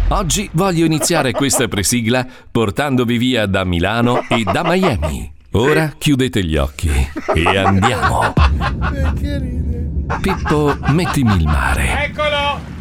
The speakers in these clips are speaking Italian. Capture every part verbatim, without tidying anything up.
Oggi voglio iniziare questa presigla portandovi via da Milano e da Miami. Ora chiudete gli occhi e andiamo. Pippo, mettimi il mare. Eccolo!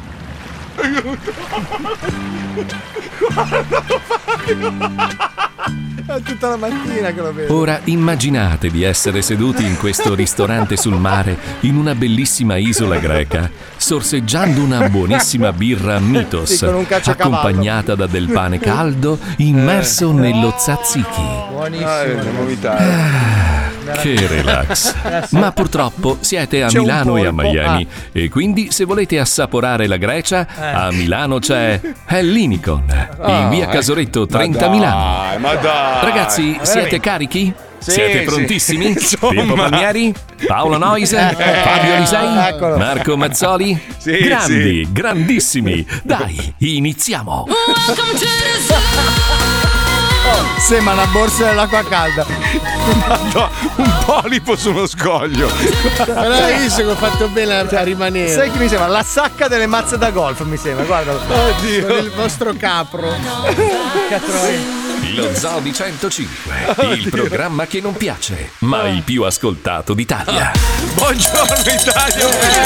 È tutta la mattina che lo vedo. Ora immaginate di essere seduti in questo ristorante sul mare in una bellissima isola greca, sorseggiando una buonissima birra Mythos, Sì, con un cacciacavallo. accompagnata da del pane caldo immerso nello tzatziki. Buonissimo. Che relax. Ma purtroppo siete a C'è un Milano e a polpo. Miami e quindi se volete assaporare la Grecia, a Milano c'è Hellinicon in via Casoretto trenta a Milano. Dai, ma dai. Ragazzi, siete carichi? Sì, Siete sì. prontissimi? Insomma. Pippo Palmieri? Paolo Noise? Fabio Lisei? Eccolo. Marco Mazzoli? Sì, Grandi, grandissimi. Dai, iniziamo. Sembra una borsa dell'acqua calda. Madonna, un polipo su uno scoglio. Però hai visto che ho fatto bene a, a rimanere. Sai chi mi sembra? La sacca delle mazze da golf, mi sembra, guarda. Oddio. Con il vostro capro. Lo Zoo di centocinque, il programma che non piace, ma il più ascoltato d'Italia. Buongiorno Italia.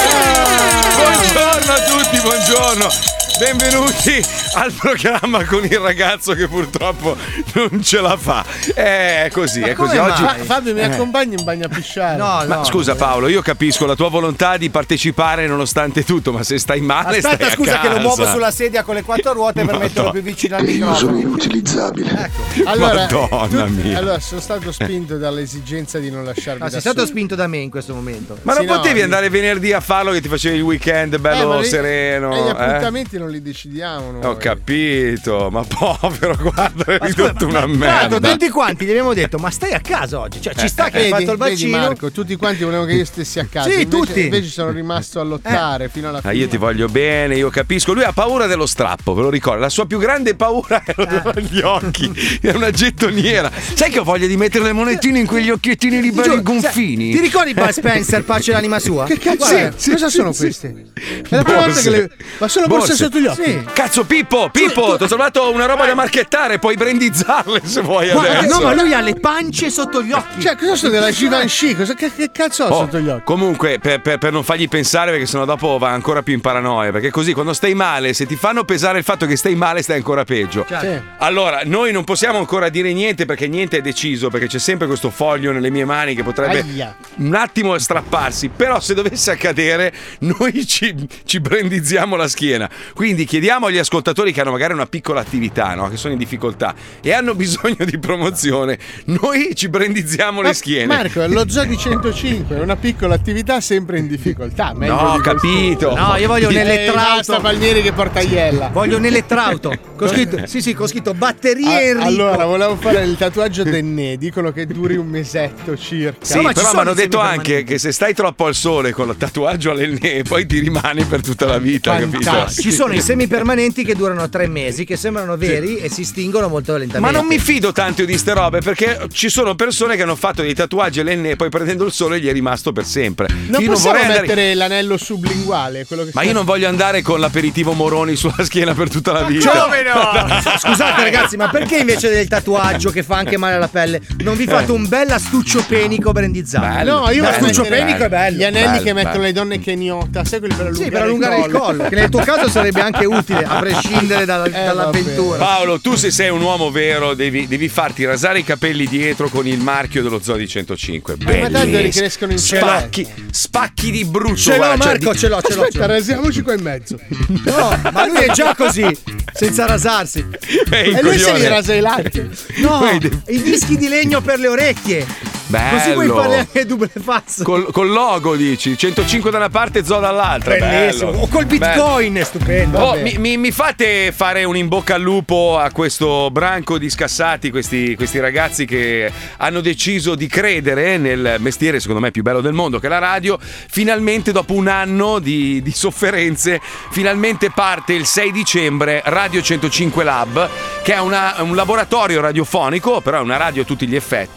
Buongiorno a tutti, buongiorno. Benvenuti al programma con il ragazzo che purtroppo non ce la fa. È così, è così. come Oggi mai? Fa- Fabio, mi accompagni in bagno a pisciare? No, Ma no. scusa Paolo, io capisco la tua volontà di partecipare nonostante tutto, ma se stai male Aspetta, stai a scusa che lo casa. muovo sulla sedia con le quattro ruote per metterlo più vicino al microfono. inutilizzabile. Allora, Madonna tu- mia. allora, sono stato spinto dall'esigenza di non lasciarmi No, da sei stato solo. spinto da me in questo momento. Ma non Sì, no, potevi mi- andare venerdì a farlo che ti facevi il weekend bello Eh, ma lì- sereno? E gli eh? appuntamenti non li decidiamo noi. Ho capito, ma povero, guarda, hai ridotto una Guarda, merda. tutti quanti gli abbiamo detto, ma stai a casa oggi? Cioè, ci sta che hai Vedi, fatto il vedi, vaccino. Marco, tutti quanti volevano che io stessi a casa. Sì, invece, tutti. Invece sono rimasto a lottare fino alla Ah, fine. io ti voglio bene, io capisco. Lui ha paura dello strappo, ve lo ricordo. La sua più grande paura erano gli occhi. È una gettoniera. Sai che ho voglia di mettere le monetine in quegli occhiettini lì belli gonfini? Ti ricordi Bud Spencer, pace l'anima sua? Che cazzo? Guarda, Sì, cosa sono queste? È la prima volta che le... Ma sono borse, sotto gli occhi. Sì. Cazzo, Pippo, Pippo, ti ho trovato una roba da marchettare. Puoi brandizzarle se vuoi Guarda, adesso. no, ma lui ha le pance sotto gli occhi. Cioè, cosa sono della Givenchy? Cosa, che, che cazzo ho Oh, sotto gli occhi? comunque, per, per- per non fargli pensare, perché sennò dopo va ancora più in paranoia. Perché così quando stai male, se ti fanno pesare il fatto che stai male, stai ancora peggio. Sì. Allora, noi non possiamo ancora dire niente perché niente è deciso, perché c'è sempre questo foglio nelle mie mani che potrebbe Aia. un attimo strapparsi. Però se dovesse accadere, noi ci, ci brandizziamo la schiena. Quindi chiediamo agli ascoltatori che hanno magari una piccola attività, no? Che sono in difficoltà e hanno bisogno di promozione, noi ci brandizziamo le Ma- schiene. Marco, è lo zoo di centocinque, è una piccola attività sempre in difficoltà. Meglio No, di capito. No, io voglio un questo. Eh, elettrauto. basta Palmieri che porta iella. Voglio un elettrauto. Con scritto, sì, sì, con scritto batterie Enrico. Ah, allora, volevo fare il tatuaggio d'Enné. Dicono che duri un mesetto circa. Sì, No, ma ci però sono mi hanno i detto semipermanenti. anche che se stai troppo al sole con il tatuaggio all'enne poi ti rimani per tutta la vita, capito? Fantastico. Ci sono i semipermanenti che durano tre mesi, che sembrano veri e si stingono molto lentamente. Ma non mi fido tanto di ste robe perché ci sono persone che hanno fatto dei tatuaggi all'enne e poi prendendo il sole gli è rimasto per sempre. Non Io possiamo vorrei mettere andare... l'anello sublinguale, quello che Ma sta- io non voglio andare con l'aperitivo Moroni sulla schiena per tutta la vita. Come no? Scusate ragazzi, ma perché invece del tatuaggio che fa anche male alla pelle non vi fate un bel astuccio penico brandizzato? Bello. No, io Bello, l'astuccio bello. penico è bello. Gli anelli Bello, che mettono bello. le donne keniota, sai quelli per allungare, Sì, per allungare il collo, che nel tuo caso sarebbe anche utile, a prescindere dalla- dall'avventura. Paolo, tu se sei un uomo vero devi, devi farti rasare i capelli dietro con il marchio dello Zoo di centocinque. ma tanto Bellissimo. ricrescono in spacchi, spacchi di brutto. Ce l'ho guarda, cioè, Marco, di- ce l'ho, ce l'ho. ce Aspetta, l'ho. rasiamoci qua in mezzo. No, ma lui è già così, senza rasarsi. Ehi, E lui se coglione. li rasa i lati. No, Vedi? i dischi di legno per le orecchie. Così puoi Bello. fare anche double fazzo. Col, col logo dici centocinque da una parte e Zoo dall'altra. Bellissimo. Bello. O col bitcoin, è stupendo. Oh, Vabbè. mi, mi- mi fate fare un in bocca al lupo a questo branco di scassati, questi, questi ragazzi che hanno deciso di credere nel mestiere secondo me più bello del mondo che è la radio. Finalmente dopo un anno di, di sofferenze finalmente parte il sei dicembre Radio centocinque Lab, che è una- un laboratorio radiofonico, però è una radio a tutti gli effetti,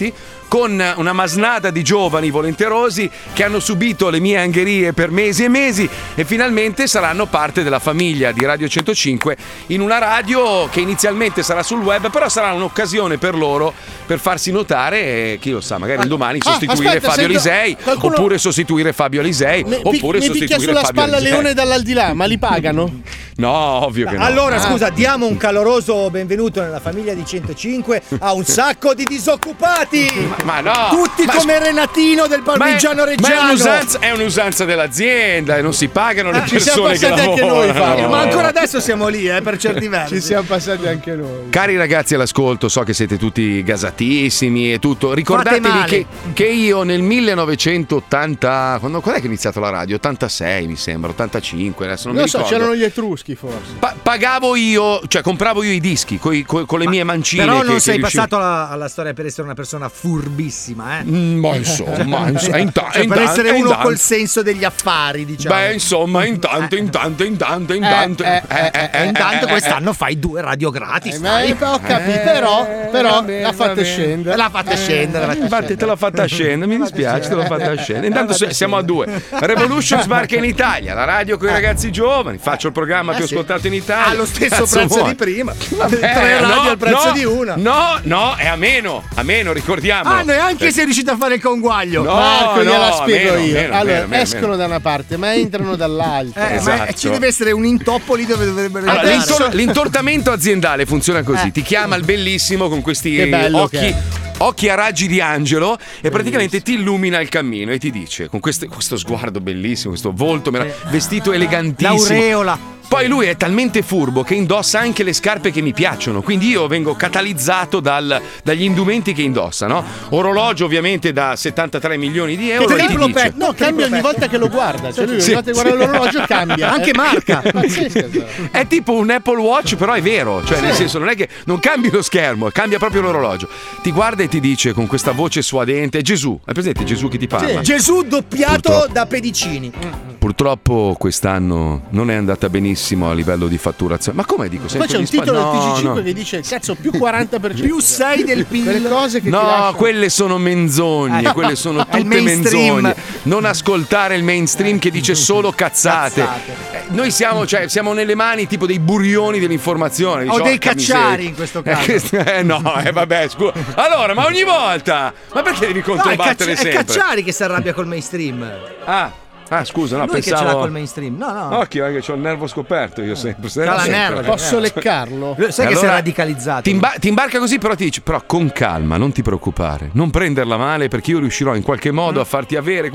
con una masnada di giovani volenterosi che hanno subito le mie angherie per mesi e mesi e finalmente saranno parte della famiglia di Radio centocinque in una radio che inizialmente sarà sul web, però sarà un'occasione per loro per farsi notare e chi lo sa, magari un domani sostituire aspetta, Fabio sento- Lisei qualcuno- oppure sostituire Fabio Lisei Mi, oppure mi picchia sostituire sulla Fabio spalla Lisei. Leone dall'aldilà, ma li pagano? No, ovvio che no. Allora, Ah. scusa, diamo un caloroso benvenuto nella famiglia di centocinque a un sacco di disoccupati. Ma no! Tutti ma come Renatino del Ma è, Parmigiano ma è Reggiano. un'usanza, è un'usanza dell'azienda e non si pagano le Ah, ci siamo persone che passati anche lavorano. noi, Fabio. Ma ancora adesso siamo lì, eh, per certi versi. Ci siamo passati anche noi. Cari ragazzi all'ascolto, so che siete tutti gasatissimi e tutto. Ricordatevi Fate male. che, che io nel millenovecentottanta, quando, quando è che ho iniziato la radio? ottantasei mi sembra, ottantacinque, adesso non Non mi so, ricordo. c'erano gli Etruschi forse. Pa- pagavo io, cioè compravo io i dischi coi- coi- con le mie mancine. Però che- non che sei riuscivo- passato alla, alla storia per essere una persona furbissima, eh. Mm, Ma insomma, ins- e inta- Cioè, e per inta- essere e uno intanto- col senso degli affari, diciamo. Beh, insomma, intanto, intanto, intanto, intanto. eh, eh, eh, E intanto eh, quest'anno fai due radio gratis. Eh, ma dai. ho capito, però, però va bene, la va fate bene. scendere. La fate scendere. la fate Infatti te l'ho fatta scendere, mi dispiace, te l'ho fatta scendere. Intanto se- siamo a due. Revolution sbarca in Italia, la radio con i ragazzi giovani. Faccio il programma più sì. ascoltato in Italia. Ha lo stesso Cazzo prezzo vuoi? di prima. Vabbè, Tre radio no, al prezzo no, di una. No, no, è a meno, a meno, ricordiamo. Ah, neanche sei riuscito a fare il conguaglio. No. Marco, gliela no, spiego meno, io. meno, allora, meno, meno, escono meno. da una parte, ma entrano dall'altra. Eh, ma Esatto. ci deve essere un intoppo lì dove dovrebbero Allora, entrare. l'intor- l'intortamento aziendale funziona così: Eh. ti chiama il bellissimo con questi Che bello che occhi. è. Occhi a raggi di angelo e praticamente ti illumina il cammino e ti dice con queste- questo sguardo bellissimo, questo volto merav- vestito elegantissimo. L'aureola. Poi lui è talmente furbo che indossa anche le scarpe che mi piacciono, quindi io vengo catalizzato dal- dagli indumenti che indossa, no? Orologio ovviamente da settantatré milioni di euro. Che e ti triplo dice- petto. No, cambia ogni volta che lo guarda. Cioè lui Sì. ogni volta che guarda l'orologio cambia. Anche Eh, marca. pazzesca, però. È tipo un Apple Watch, però è vero, cioè nel senso non è che non cambi lo schermo, cambia proprio l'orologio. Ti guarda e ti dice con questa voce suadente, Gesù, hai presente Gesù che ti parla? Gesù doppiato Purtroppo. da pedicini. Purtroppo quest'anno non è andata benissimo a livello di fatturazione. Ma come dico Poi sempre c'è un gli spa- titolo no, del T G cinque no. che dice cazzo più quaranta per cento Più sei del P I L. Quelle cose che ti No, lasciano. quelle sono menzogne, Eh. quelle sono È il tutte mainstream. menzogne. Non ascoltare il mainstream che dice solo cazzate. Cazzate. Eh, Noi siamo, cioè, siamo nelle mani tipo dei burioni dell'informazione. O Dici, dei "Orca cacciari miseria". in questo Eh, caso. questo- Eh, no, eh, vabbè, scusa. Allora, ma ogni volta? Ma perché devi No, è, controbattere Cacci- è sempre? Cacciari che si arrabbia col mainstream. Ah, ah, scusa, no, Lui che ce pensavo. l'ha col mainstream. No, no. Occhio, eh, che ho il nervo scoperto io sempre. C'ha la sempre. nerva. Posso leccarlo? Sai che si è Allora, radicalizzato. Ti, imba- ti imbarca così, però ti dice: però con calma, non ti preoccupare, non prenderla male perché io riuscirò in qualche modo a farti avere.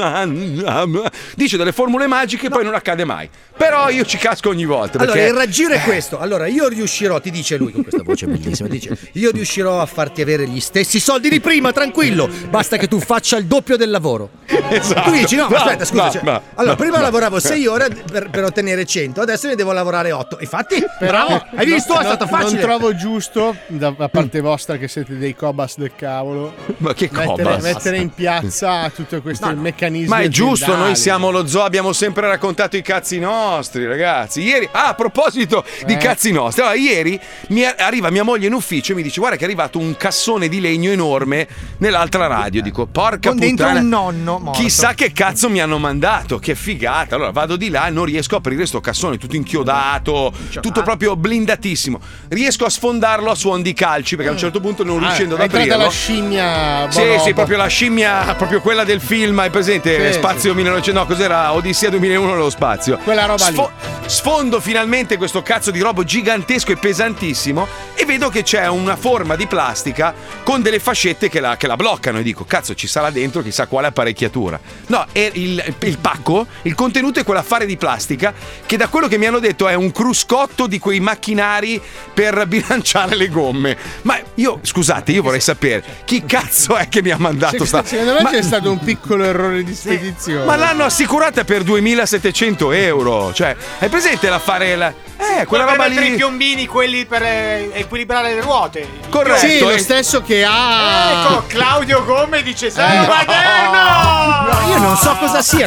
Dice delle formule magiche, poi non accade mai. Però io ci casco ogni volta. Allora, Perché il raggiro è questo. Allora, io riuscirò, ti dice lui con questa voce bellissima, dice, io riuscirò a farti avere gli stessi soldi di prima, tranquillo. Basta che tu faccia il doppio del lavoro. Esatto. Tu dici, no, No, aspetta, scusa. no, cioè, no, allora, no, prima no. lavoravo sei ore per, per ottenere cento, adesso ne devo lavorare otto. Infatti, Però bravo, hai visto? no, è stato no, facile. Non trovo giusto da, da parte vostra che siete dei cobas del cavolo. Ma che Mettere, cobas? mettere in piazza tutto questo No, no. meccanismo. Ma è giusto, aziendali. noi siamo lo zoo, abbiamo sempre raccontato i cazzi nostri, ragazzi. Ieri, ah, a proposito di Eh. cazzi nostri, allora, ieri mi a- arriva mia moglie in ufficio e mi dice: guarda che è arrivato un cassone di legno enorme nell'altra radio. Dico, porca Con dentro puttana. un nonno morto. Chissà che cazzo mi hanno mandato, che figata. Allora vado di là, non riesco a aprire sto cassone tutto inchiodato, tutto proprio blindatissimo. Riesco a sfondarlo a suon di calci perché a un certo punto non Ah, riuscendo ad è entrata aprirlo. la scimmia. Sì, bonobo. sì, proprio la scimmia, proprio quella del film, hai presente? Sì, Spazio millenovecento, no, cos'era? Odissea duemilauno nello spazio. Quella roba lì. Sfondo finalmente questo cazzo di robo gigantesco e pesantissimo e vedo che c'è una forma di plastica con delle fascette che la, che la bloccano e dico, cazzo, ci sarà dentro chissà quale apparecchiatura. No, è il, il pacco, il contenuto è quell'affare di plastica che da quello che mi hanno detto è un cruscotto di quei macchinari per bilanciare le gomme. Ma io, scusate, io vorrei sapere chi cazzo è che mi ha mandato Sì, sta... secondo me Ma- c'è stato un piccolo errore di spedizione. ma l'hanno assicurata per duemilasettecento euro. Cioè, hai presente l'affare? La... Eh, quella roba Potrebbe essere i lì. piombini, quelli per eh, equilibrare le ruote. Corretto. Sì, lo eh. stesso che ha. Ecco, Claudio Gomme dice: Sono Eh, moderno! No, io non so cosa sia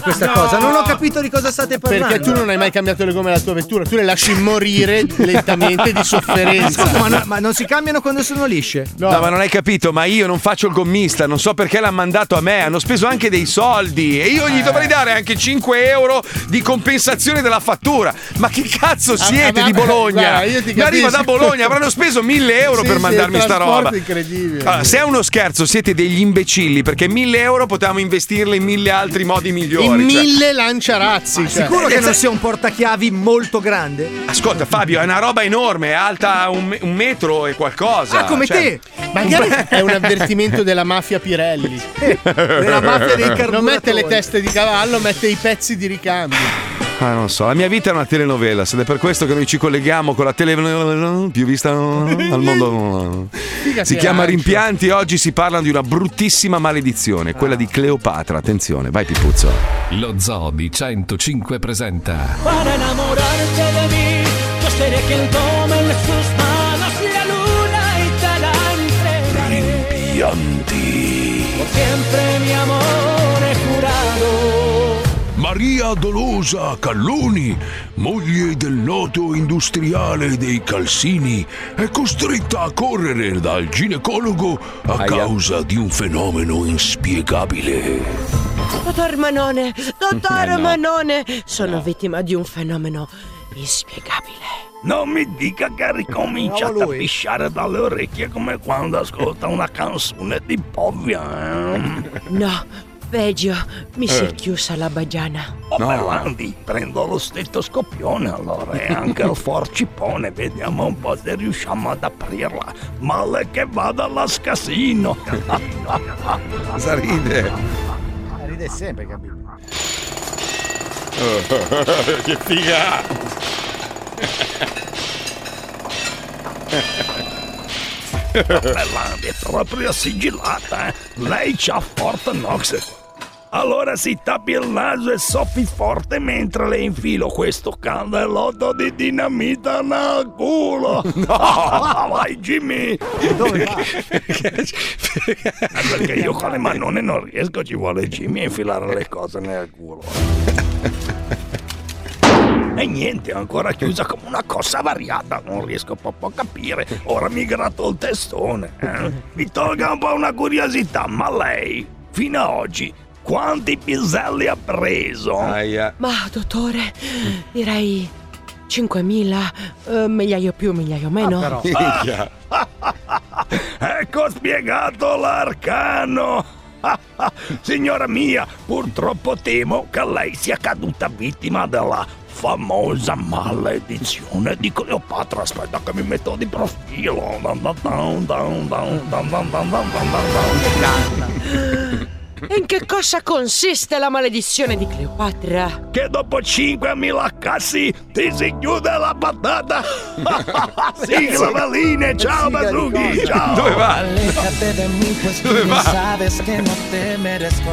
questa No. cosa? Non ho capito di cosa state parlando. Perché tu non hai mai cambiato le gomme alla tua vettura, tu le lasci morire lentamente di sofferenza. Scusa, ma, no- ma non si cambiano quando sono lisce? No. ma non hai capito, ma io non faccio il gommista, non so perché l'hanno mandato a me, hanno speso anche dei soldi e io gli Eh. dovrei dare anche cinque euro di compensazione della fattura. Ma che cazzo siete ah, di vabbè, Bologna? guarda, io ti Mi arriva da capisco. Bologna, avranno speso mille euro Sì, per sì, mandarmi il sta trasporto roba. incredibile. Allora, se è uno scherzo, siete degli imbecilli, perché mille euro potevamo investirle in mille altri modi migliori. In cioè. mille lanciarazzi. Cioè. Sicuro che non sia un portachiavi molto grande? Ascolta Fabio, è una roba enorme, è alta un, me- un metro e qualcosa. Ah, come cioè- te! Magari è un avvertimento della mafia Pirelli. Della mafia dei carburatori. Non mette le teste di cavallo, mette i pezzi di ricambio. Ah, non so, la mia vita è una telenovela, ed è per questo che noi ci colleghiamo con la telenovela più vista al mondo. Si chiama Rimpianti, oggi si parla di una bruttissima maledizione, quella di Cleopatra. Attenzione, vai Pipuzzo. Lo Zoo di centocinque presenta Para enamorarte de mí, yo seré quien tome en sus manos la luna y te la entregaré. Rimpianti. Por siempre mi amore jurado. Maria Dolosa Calloni, moglie del noto industriale dei calzini, è costretta a correre dal ginecologo a Aia. causa di un fenomeno inspiegabile. Dottor Manone, dottore Eh no. Manone, sono vittima di un fenomeno inspiegabile. Non mi dica che ricomincia Bravo a lui. pisciare dalle orecchie come quando ascolta una canzone di Povia. Eh? No, peggio, mi si Eh. è chiusa la bagiana. Oh, No. Berlandi, prendo lo stetoscopione allora e anche il forcipone, vediamo un po' se riusciamo ad aprirla. Male che vada l'ascasino. Cosa ride? Ride sempre, capito? Che figa! Berlandi è proprio sigillata, eh? Lei c'ha Fort Knox. Allora si tappi il naso e soffi forte mentre le infilo questo candellotto di dinamita nel culo. No! Vai Jimmy! Dove va? Perché io con le manone non riesco, ci vuole Jimmy a infilare le cose nel culo. E niente, è ancora chiusa come una cosa variata, non riesco proprio a capire. Ora mi gratto il testone. Eh? Mi tolga un po' una curiosità, ma lei, fino ad oggi, quanti piselli ha preso? Aia. Ma, dottore, direi cinquemila, eh, migliaio più, migliaio meno. Però. Minchia. Ecco spiegato l'arcano. Signora mia, purtroppo temo che lei sia caduta vittima della famosa maledizione di Cleopatra. Aspetta che mi metto di profilo. Down, down, down, down, down, down, down, down, down, down. E in che cosa consiste la maledizione di Cleopatra? Che dopo cinquemila cassi ti si chiude la patata. Sigla Valine, ciao Bazooki, ciao. Dove va? Aléjate de mí, pues tú ¿Dónde bien va? sabes que no te merezco.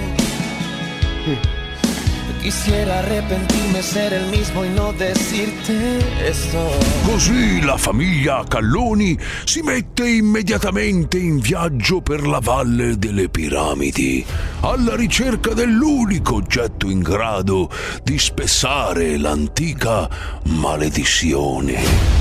Quisiera arrepentirme, ser el mismo y no decirte esto. Così la famiglia Calloni si mette immediatamente in viaggio per la valle delle piramidi, alla ricerca dell'unico oggetto in grado di spessare l'antica maledizione.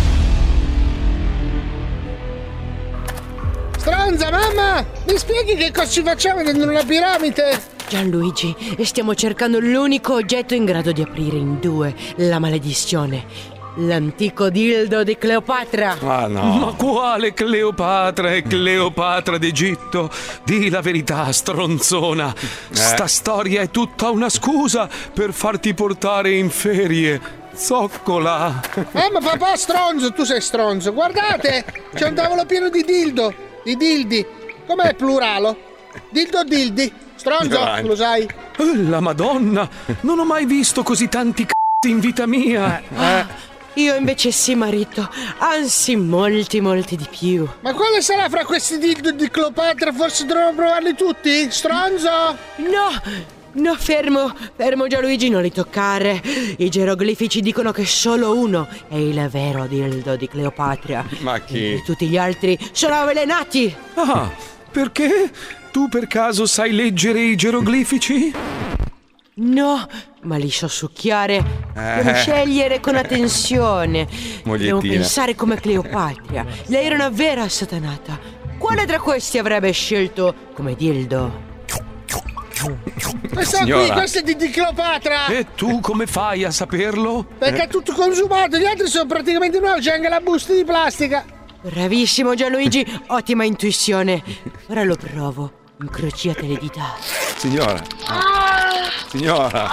Stronza, mamma! Mi spieghi che cosa ci facciamo dentro una piramide? Gianluigi, stiamo cercando l'unico oggetto in grado di aprire in due la maledizione. L'antico dildo di Cleopatra. Ah no. Ma quale Cleopatra è Cleopatra d'Egitto? Di la verità, stronzona. Sta storia è tutta una scusa per farti portare in ferie. Zoccola. Eh, ma papà stronzo, tu sei stronzo. Guardate, c'è un tavolo pieno di dildo. Di dildi. Com'è il pluralo? Dildo dildi. Stronzo, tu lo sai? Eh, La Madonna, non ho mai visto così tanti c***i in vita mia. Ah, io invece sì, marito. Anzi, molti, molti di più. Ma quale sarà fra questi dildo di Cleopatra? Forse dovremmo provarli tutti? Stronzo! No! No, fermo, fermo Gianluigi, non li toccare. I geroglifici dicono che solo uno è il vero dildo di Cleopatra. Ma chi? E tutti gli altri sono avvelenati. Ah, perché? Tu per caso sai leggere i geroglifici? No, ma li so succhiare. Eh. Devo scegliere con attenzione. Mogliettina. Devo pensare come Cleopatra. Lei era una vera assatanata. Quale tra questi avrebbe scelto come dildo? Questo qui, Signora. questo è di, di Cleopatra. E tu come fai a saperlo? Perché è tutto consumato, gli altri sono praticamente nuovi, c'è anche la busta di plastica. Bravissimo Gianluigi, ottima intuizione. Ora lo provo. Incrociate le dita. Signora. Signora.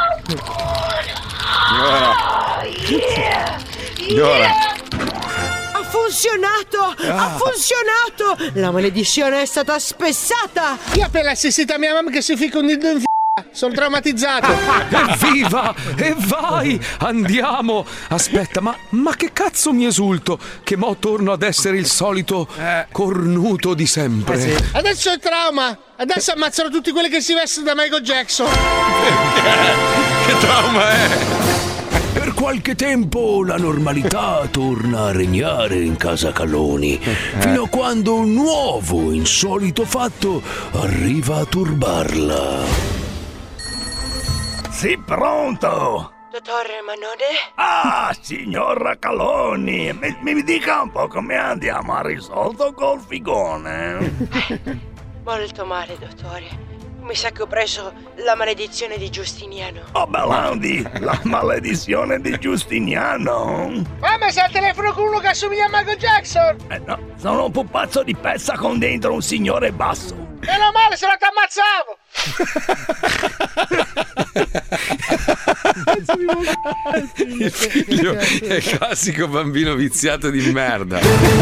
Signora. Signora. Ha funzionato! Ha funzionato! La maledizione è stata spessata! Io appena assistito a mia mamma che si fica un dildo in f***a. Sono traumatizzato. Evviva! E vai! Andiamo! Aspetta, ma, ma che cazzo mi esulto? Che mo torno ad essere il solito cornuto di sempre. Adesso è trauma. Adesso ammazzano tutti quelli che si vestono da Michael Jackson. Che trauma è? Per qualche tempo la normalità torna a regnare in casa Calloni, fino a quando un nuovo, insolito fatto arriva a turbarla. Sì, pronto! Dottore Manone? Ah, signora Calloni, mi, mi dica un po' come andiamo a risolto col figone. Molto male, dottore. Mi sa che ho preso la maledizione di Giustiniano. Oh, Belandi, la maledizione di Giustiniano. Ah, ma sei al telefono con uno che assomiglia a Michael Jackson. Eh no, sono un pupazzo di pezza con dentro un signore basso. Meno male, se no ti ammazzavo. Il figlio è il classico bambino viziato di merda.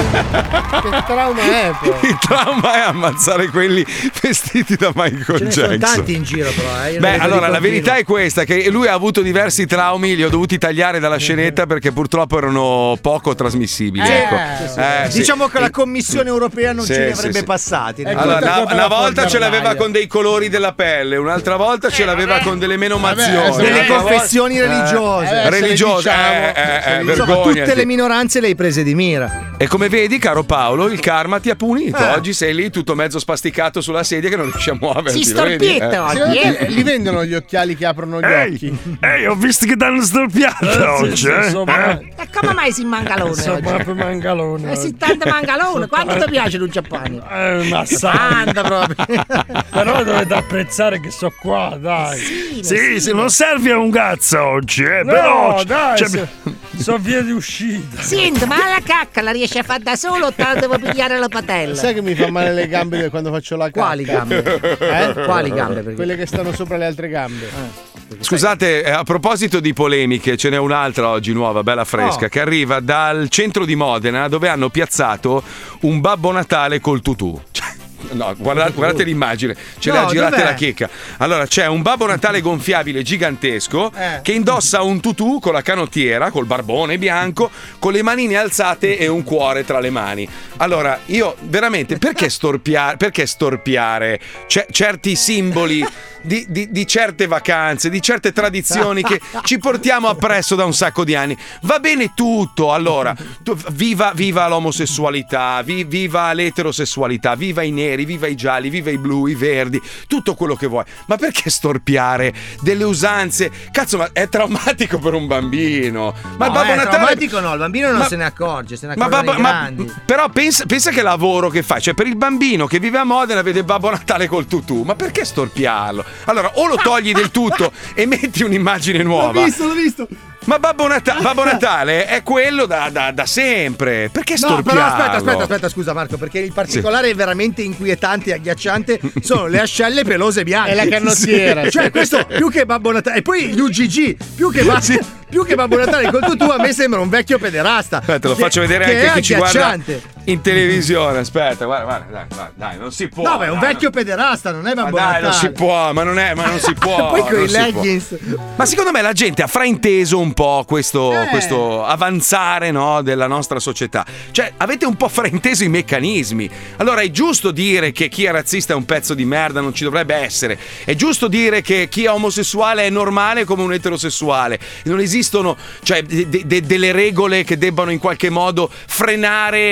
Che trauma è, poi? Il trauma è ammazzare quelli vestiti da Michael Ce ne Jackson. sono tanti in giro, però. Eh. Io Beh, ne vedo allora di la continuo. verità è questa: che lui ha avuto diversi traumi, li ho dovuti tagliare dalla scenetta perché purtroppo erano poco trasmissibili. Eh, ecco. sì, sì. Eh, sì. Diciamo che la Commissione europea non Sì, ce li sì, avrebbe sì. passati. no? Allora, tutta una, colpa una della volta ce l'aveva Fornarnaia. con dei colori della pelle, un'altra volta ce l'aveva con delle menomazioni, Vabbè, Delle un'altra volta- confessioni religiose. Eh, religiose. se le diciamo, Eh, eh, se le eh, diciamo. Insomma, tutte vergognati. le minoranze le hai prese di mira. E come vedi, caro Paolo, il karma ti ha punito. Eh. Oggi sei lì tutto mezzo spasticato sulla sedia che non riesci a muoverti. Si lo vedi? storpietto Eh. Secondo te li vendono gli occhiali che aprono gli occhi? Ehi, ho visto che danno storpiata oggi, eh? E come mai si mangalone oggi? proprio mangalone. Eh, si tanto mangalone, quanto ti piace il Giappone? Eh, ma sa. Tanto proprio. Però dovete apprezzare che so qua, dai. Sì, sì, non serve a un cazzo oggi, eh? No, Però dai, cioè, so, so via di uscita. Senti, ma la cacca la riesci a fare da solo o te la devo pigliare la patella? Sai che mi fa male le gambe quando faccio la cacca? Quali gambe? Eh? Quali gambe? Perché... Quelle che stanno sopra le altre gambe. Scusate, eh, a proposito di polemiche, ce n'è un'altra oggi nuova, bella fresca, Oh. che arriva dal centro di Modena, dove hanno piazzato un Babbo Natale col tutù. Cioè, no, guardate, guardate l'immagine, ce No, l'ha girata dov'è? la checca. Allora, c'è un Babbo Natale gonfiabile gigantesco Eh. che indossa un tutù con la canottiera, col barbone bianco, con le manine alzate e un cuore tra le mani. Allora, io veramente, perché storpiare, perché storpiare ce- certi simboli di, di- di certe vacanze, di certe tradizioni che ci portiamo appresso da un sacco di anni? Va bene tutto, allora, tu- viva, viva l'omosessualità, vi- viva l'eterosessualità, viva i neri, viva i gialli, viva i blu, i verdi, tutto quello che vuoi. Ma perché storpiare delle usanze? Cazzo, ma è traumatico per un bambino. Ma il No, Babbo è Natale... traumatico no, il bambino non Ma- se ne accorge, se ne Ma, accorgono babbo- i ma- grandi. però pensa, pensa che lavoro che fai, cioè per il bambino che vive a Modena vede Babbo Natale col tutù, ma perché storpiarlo? Allora o lo togli del tutto e metti un'immagine nuova. l'ho visto. Ma Babbo, Nata- Babbo Natale è quello da, da- da sempre, perché No, storpiarlo? però aspetta, aspetta, aspetta, scusa Marco, perché il particolare veramente inquietante e agghiacciante sono le ascelle pelose bianche. E la canottiera. Sì. Cioè, questo più che Babbo Natale. E poi gli U G G, più che, ba- più che Babbo Natale col tutù, a me sembra un vecchio pederasta. Aspetta, lo Che- faccio vedere che anche è a chi ci guarda agghiacciante. in televisione. Aspetta, guarda, guarda, dai, guarda, dai, non si può. No, ma è un dai, vecchio pederasta, non è Ma Babbo dai, Natale. non si può, ma non è, ma non si può. Poi con non i si può. leggings. Ma secondo me la gente ha frainteso un po' questo, Eh. questo avanzare, no, della nostra società. Cioè, avete un po' frainteso i meccanismi. Allora, è giusto dire che chi è razzista è un pezzo di merda, non ci dovrebbe essere. È giusto dire che chi è omosessuale è normale come un eterosessuale. Non esistono, cioè, de- de- delle regole che debbano in qualche modo frenare il desiderio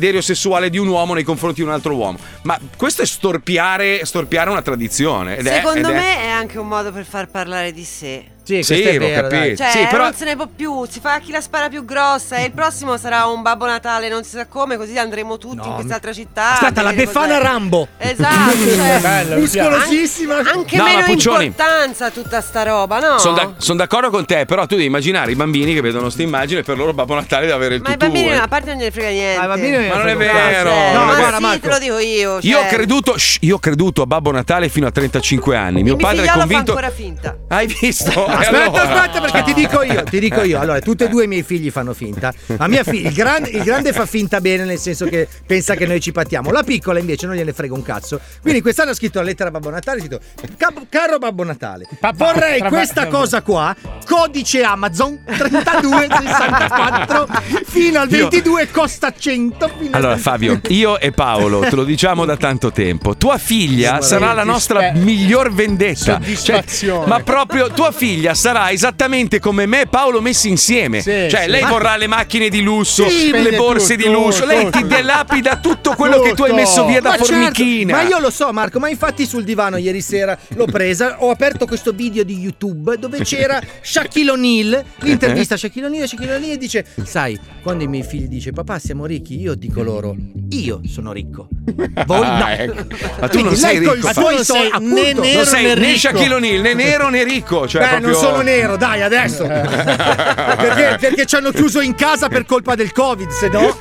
desiderio sessuale di un uomo nei confronti di un altro uomo. Ma questo è storpiare, storpiare una tradizione. Ed Secondo è, ed me è... è anche un modo per far parlare di sé. Sì, sì, questo è l'ho vero, capito. Cioè, sì, però... non se ne può più, si fa chi la spara più grossa e il prossimo sarà un Babbo Natale, non si sa come, così andremo tutti No. in quest'altra città. Aspetta, la Befana Rambo. Esatto, cioè, Bello, mi piace. muscolosissima. anche No, ma meno Puccioni- importanza tutta sta roba, no? Sono da- son d'accordo con te, però tu devi immaginare i bambini che vedono sta immagine, per loro Babbo Natale deve avere il Ma i tutù. bambini eh. a parte non gliene frega niente. Ah, i bambini Ma non è frega un vero. Cioè, No, ma guarda, sì, Marco. te lo dico io. Io ho cioè, creduto, shh, io ho creduto a Babbo Natale fino a trentacinque anni. Mio il padre è figliolo convinto. fa ancora finta. Hai visto? E Aspetta, allora? aspetta, perché ti dico io, ti dico io. Allora, tutti e due i miei figli fanno finta. Ma mia figlia, il grande, il grande fa finta bene, nel senso che pensa che noi ci pattiamo. La piccola invece non gliene frega un cazzo. Quindi quest'anno ha scritto la lettera a Babbo Natale, ha scritto: "Cap- Caro Babbo Natale, Papà, vorrei tra- questa cosa qua, codice Amazon trentadue sessantaquattro fino al Io- ventidue costa cento. fino al Allora Fabio, io e Paolo te lo diciamo da tanto tempo. Tua figlia Sì, sarà la sì, nostra sì. miglior vendetta. Soddisfazione. ma proprio tua figlia sarà esattamente come me e Paolo messi insieme. Sì, cioè sì. lei Ma- vorrà le macchine di lusso, Sì, le spende borse tutto, di lusso. Lei tutto. ti delapida tutto quello che tu hai Tutto. messo via da Ma certo, formichina. ma io lo so, Marco, ma infatti sul divano ieri sera l'ho presa, ho aperto questo video di YouTube dove c'era Shaquille O'Neal, l'intervista a Shaquille O'Neal, Shaquille O'Neal dice: sai, quando i miei figli dice papà siamo ricchi, io dico loro io sono ricco. Voi no. Ah, ecco. Ma tu Quindi non sei lei col ricco. suo Fabio. i suoi- appunto, né Non nero sei né né ricco. Shaquille O'Neal, né nero né ricco. Cioè Beh, proprio... non sono nero, dai, adesso. perché, perché ci hanno chiuso in casa per colpa del Covid, se no.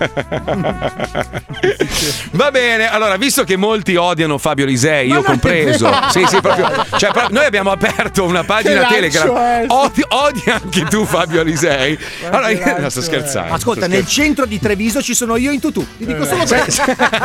Va bene, allora, visto che molti odiano Fabio Lisei, Ma io non è compreso. vero. Sì, sì, proprio. Cioè, pro- noi abbiamo aperto una pagina Che lancio Telegram. è? Odi, odi anche tu Fabio Lisei. Allora, io lancio no, sto è? scherzando. Ascolta, sto nel centro di Treviso ci sono io in tutù. Ti dico solo questo.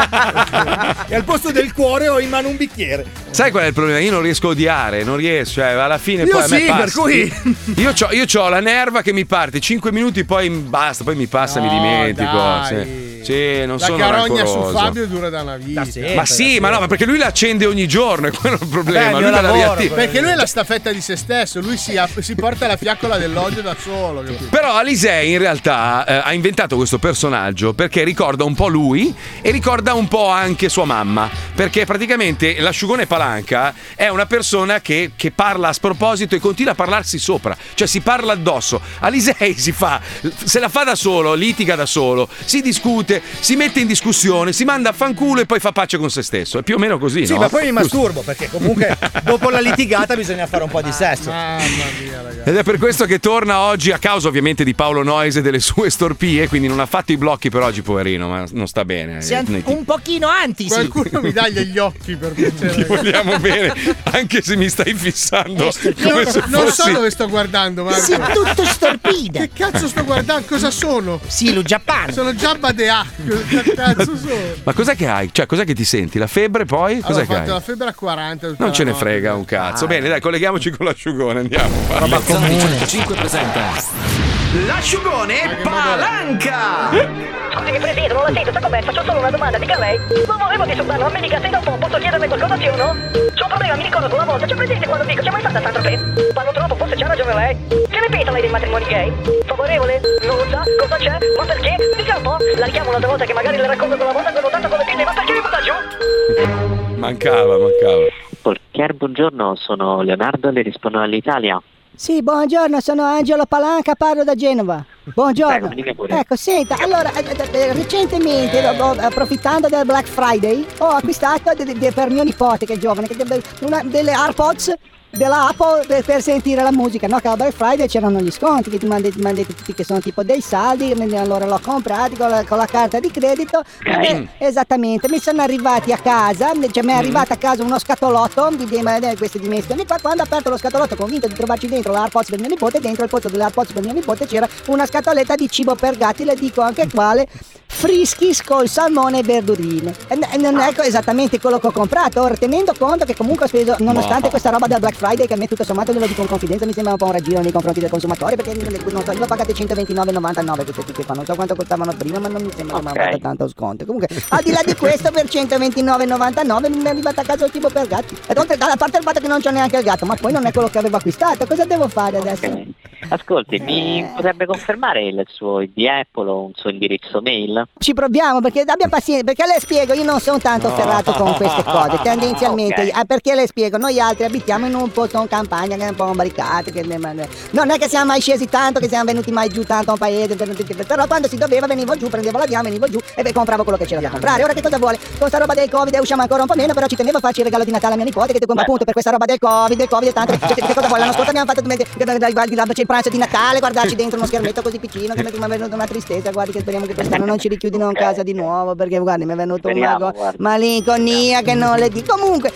E al posto del cuore ho in mano un bicchiere. Sai qual è il problema? Io non riesco a odiare, non riesco, cioè alla fine Io poi a me sì, passa. per cui- Io c'ho, io c'ho la nerva che mi parte cinque minuti, poi basta, poi mi passa, mi No, dimentico. dai. Sì, sì, non La sono carogna rancoroso. su Fabio dura da una vita. Ma sì, ma no, ma perché lui la accende ogni giorno, è quello il problema. Beh, lui mio me la lavoro, riattiva. Perché lui è la staffetta di se stesso, lui si, si porta la fiaccola dell'odio da solo. Capito? Però Alisei in realtà eh, ha inventato questo personaggio perché ricorda un po' lui e ricorda un po' anche sua mamma. Perché praticamente l'asciugone Palanca è una persona che, che parla a sproposito e continua a parlarsi sopra, cioè si parla addosso. Alisei si fa, se la fa da solo, litiga da solo, si discute, si mette in discussione, si manda a fanculo e poi fa pace con se stesso. È più o meno così, Sì, no? ma poi mi Giusto. masturbo perché comunque dopo la litigata bisogna fare un po' di sesso. Mamma mia, ragazzi. Ed è per questo che torna oggi, a causa ovviamente di Paolo Noyes e delle sue storpie, quindi non ha fatto i blocchi per oggi, poverino, ma non sta bene. Sei Noi ti un pochino anti, sì. Qualcuno mi dagli gli occhi per piacere. vogliamo bene, anche se mi stai fissando Eh, come se Non so fossi... dove sto guardando, Marco. Sei tutto storpida. Che cazzo sto guardando? Cosa sono? Sì, lo Giappone. Sono Jabba the Hutt. Che cazzo sono? Ma cos'è che hai? Cioè, cos'è che ti senti? La febbre poi? Allora, Cos'è ho che fatto hai? la febbre a quaranta. tutta Non la ce ne notte. frega un cazzo. Bene, dai, colleghiamoci con l'asciugone, andiamo. La Zona di centocinque presenta L'asciugone Palanca! Scusi, mi presiedo, non la sento, sa com'è? Faccio solo una domanda, dica lei. Non volevo disturbarlo, ma mi dica se da un po' posso chiederle qualcosa sì o no? C'ho un problema, mi ricordo una volta, c'è presente quando dico, c'è mai stata Sandra Pe? Parlo troppo, forse c'ha ragione lei. Che ne pensa lei dei matrimoni gay? Favorevole? Non lo sa? Cosa c'è? Ma perché? Dica un po'. La richiamo un'altra volta che magari le racconto quella volta che ho votato con le pille, ma perché mi butta giù? Mancava, mancava. Portier, buongiorno, sono Leonardo, le rispondo all'Italia. Sì, buongiorno, sono Angelo Palanca, parlo da Genova. Buongiorno. Prego, dica pure. Ecco, senta, allora, eh, eh, recentemente, oh, approfittando del Black Friday, ho acquistato de- de- per mio nipote, che è giovane, che de- una, delle AirPods della Apple per, per sentire la musica, no? Che al Black Friday c'erano gli sconti, che ti mandate, ti mandate tutti che sono tipo dei saldi, allora l'ho comprati con la, con la carta di credito. Okay. Eh, esattamente, mi sono arrivati a casa, cioè mi è arrivato a casa uno scatolotto di, di, di queste dimensioni qua. Quando ho aperto lo scatolotto, convinto di trovarci dentro l'AirPods per mio nipote, dentro il posto dell'AirPods per mio nipote c'era una scatoletta di cibo per gatti, le dico anche quale, Friskies col salmone e verdurine. E non è esattamente quello che ho comprato, ora tenendo conto che comunque ho speso, nonostante questa roba del Black Friday, che a me tutto sommato, glielo dico in confidenza, mi sembra un po' un raggiro nei confronti del consumatore, perché non so, io ho pagato centoventinove e novantanove queste tipi qua, non so quanto costavano prima, ma non mi sembra che mi hanno fatto tanto sconto. Comunque, al di là di questo, per centoventinove e novantanove mi è arrivato a casa il cibo per gatti. E oltre, a parte il fatto che non c'ho neanche il gatto, ma poi non è quello che avevo acquistato, cosa devo fare adesso? Ascolti, mi potrebbe confermare il suo I D Apple o un suo indirizzo mail? Ci proviamo, perché abbia pazienza, perché le spiego, io non sono tanto ferrato con queste cose, tendenzialmente, Okay. ah, perché le spiego, noi altri abitiamo in un posto in campagna che è un po' imbaricato, che non è che siamo mai scesi tanto, che siamo venuti mai giù tanto a un paese, però quando si doveva venivo giù, prendevo la diamo, venivo giù e beh, compravo quello che c'era da comprare. Ora che cosa vuole? Con sta roba del Covid usciamo ancora un po' meno, però ci tenevo a farci il regalo di Natale a mia nipote, che appunto per questa roba del Covid, del Covid e tanto, che, che cosa vuole? L'anno scorso abbiamo fatto il pranzo di Natale, guardarci dentro uno schermetto così piccino, che mi è venuta una tristezza, guardi che speriamo che quest'anno non ci richiudino in casa di nuovo, perché guardi mi è venuto una go- malinconia che non le dico. Comunque,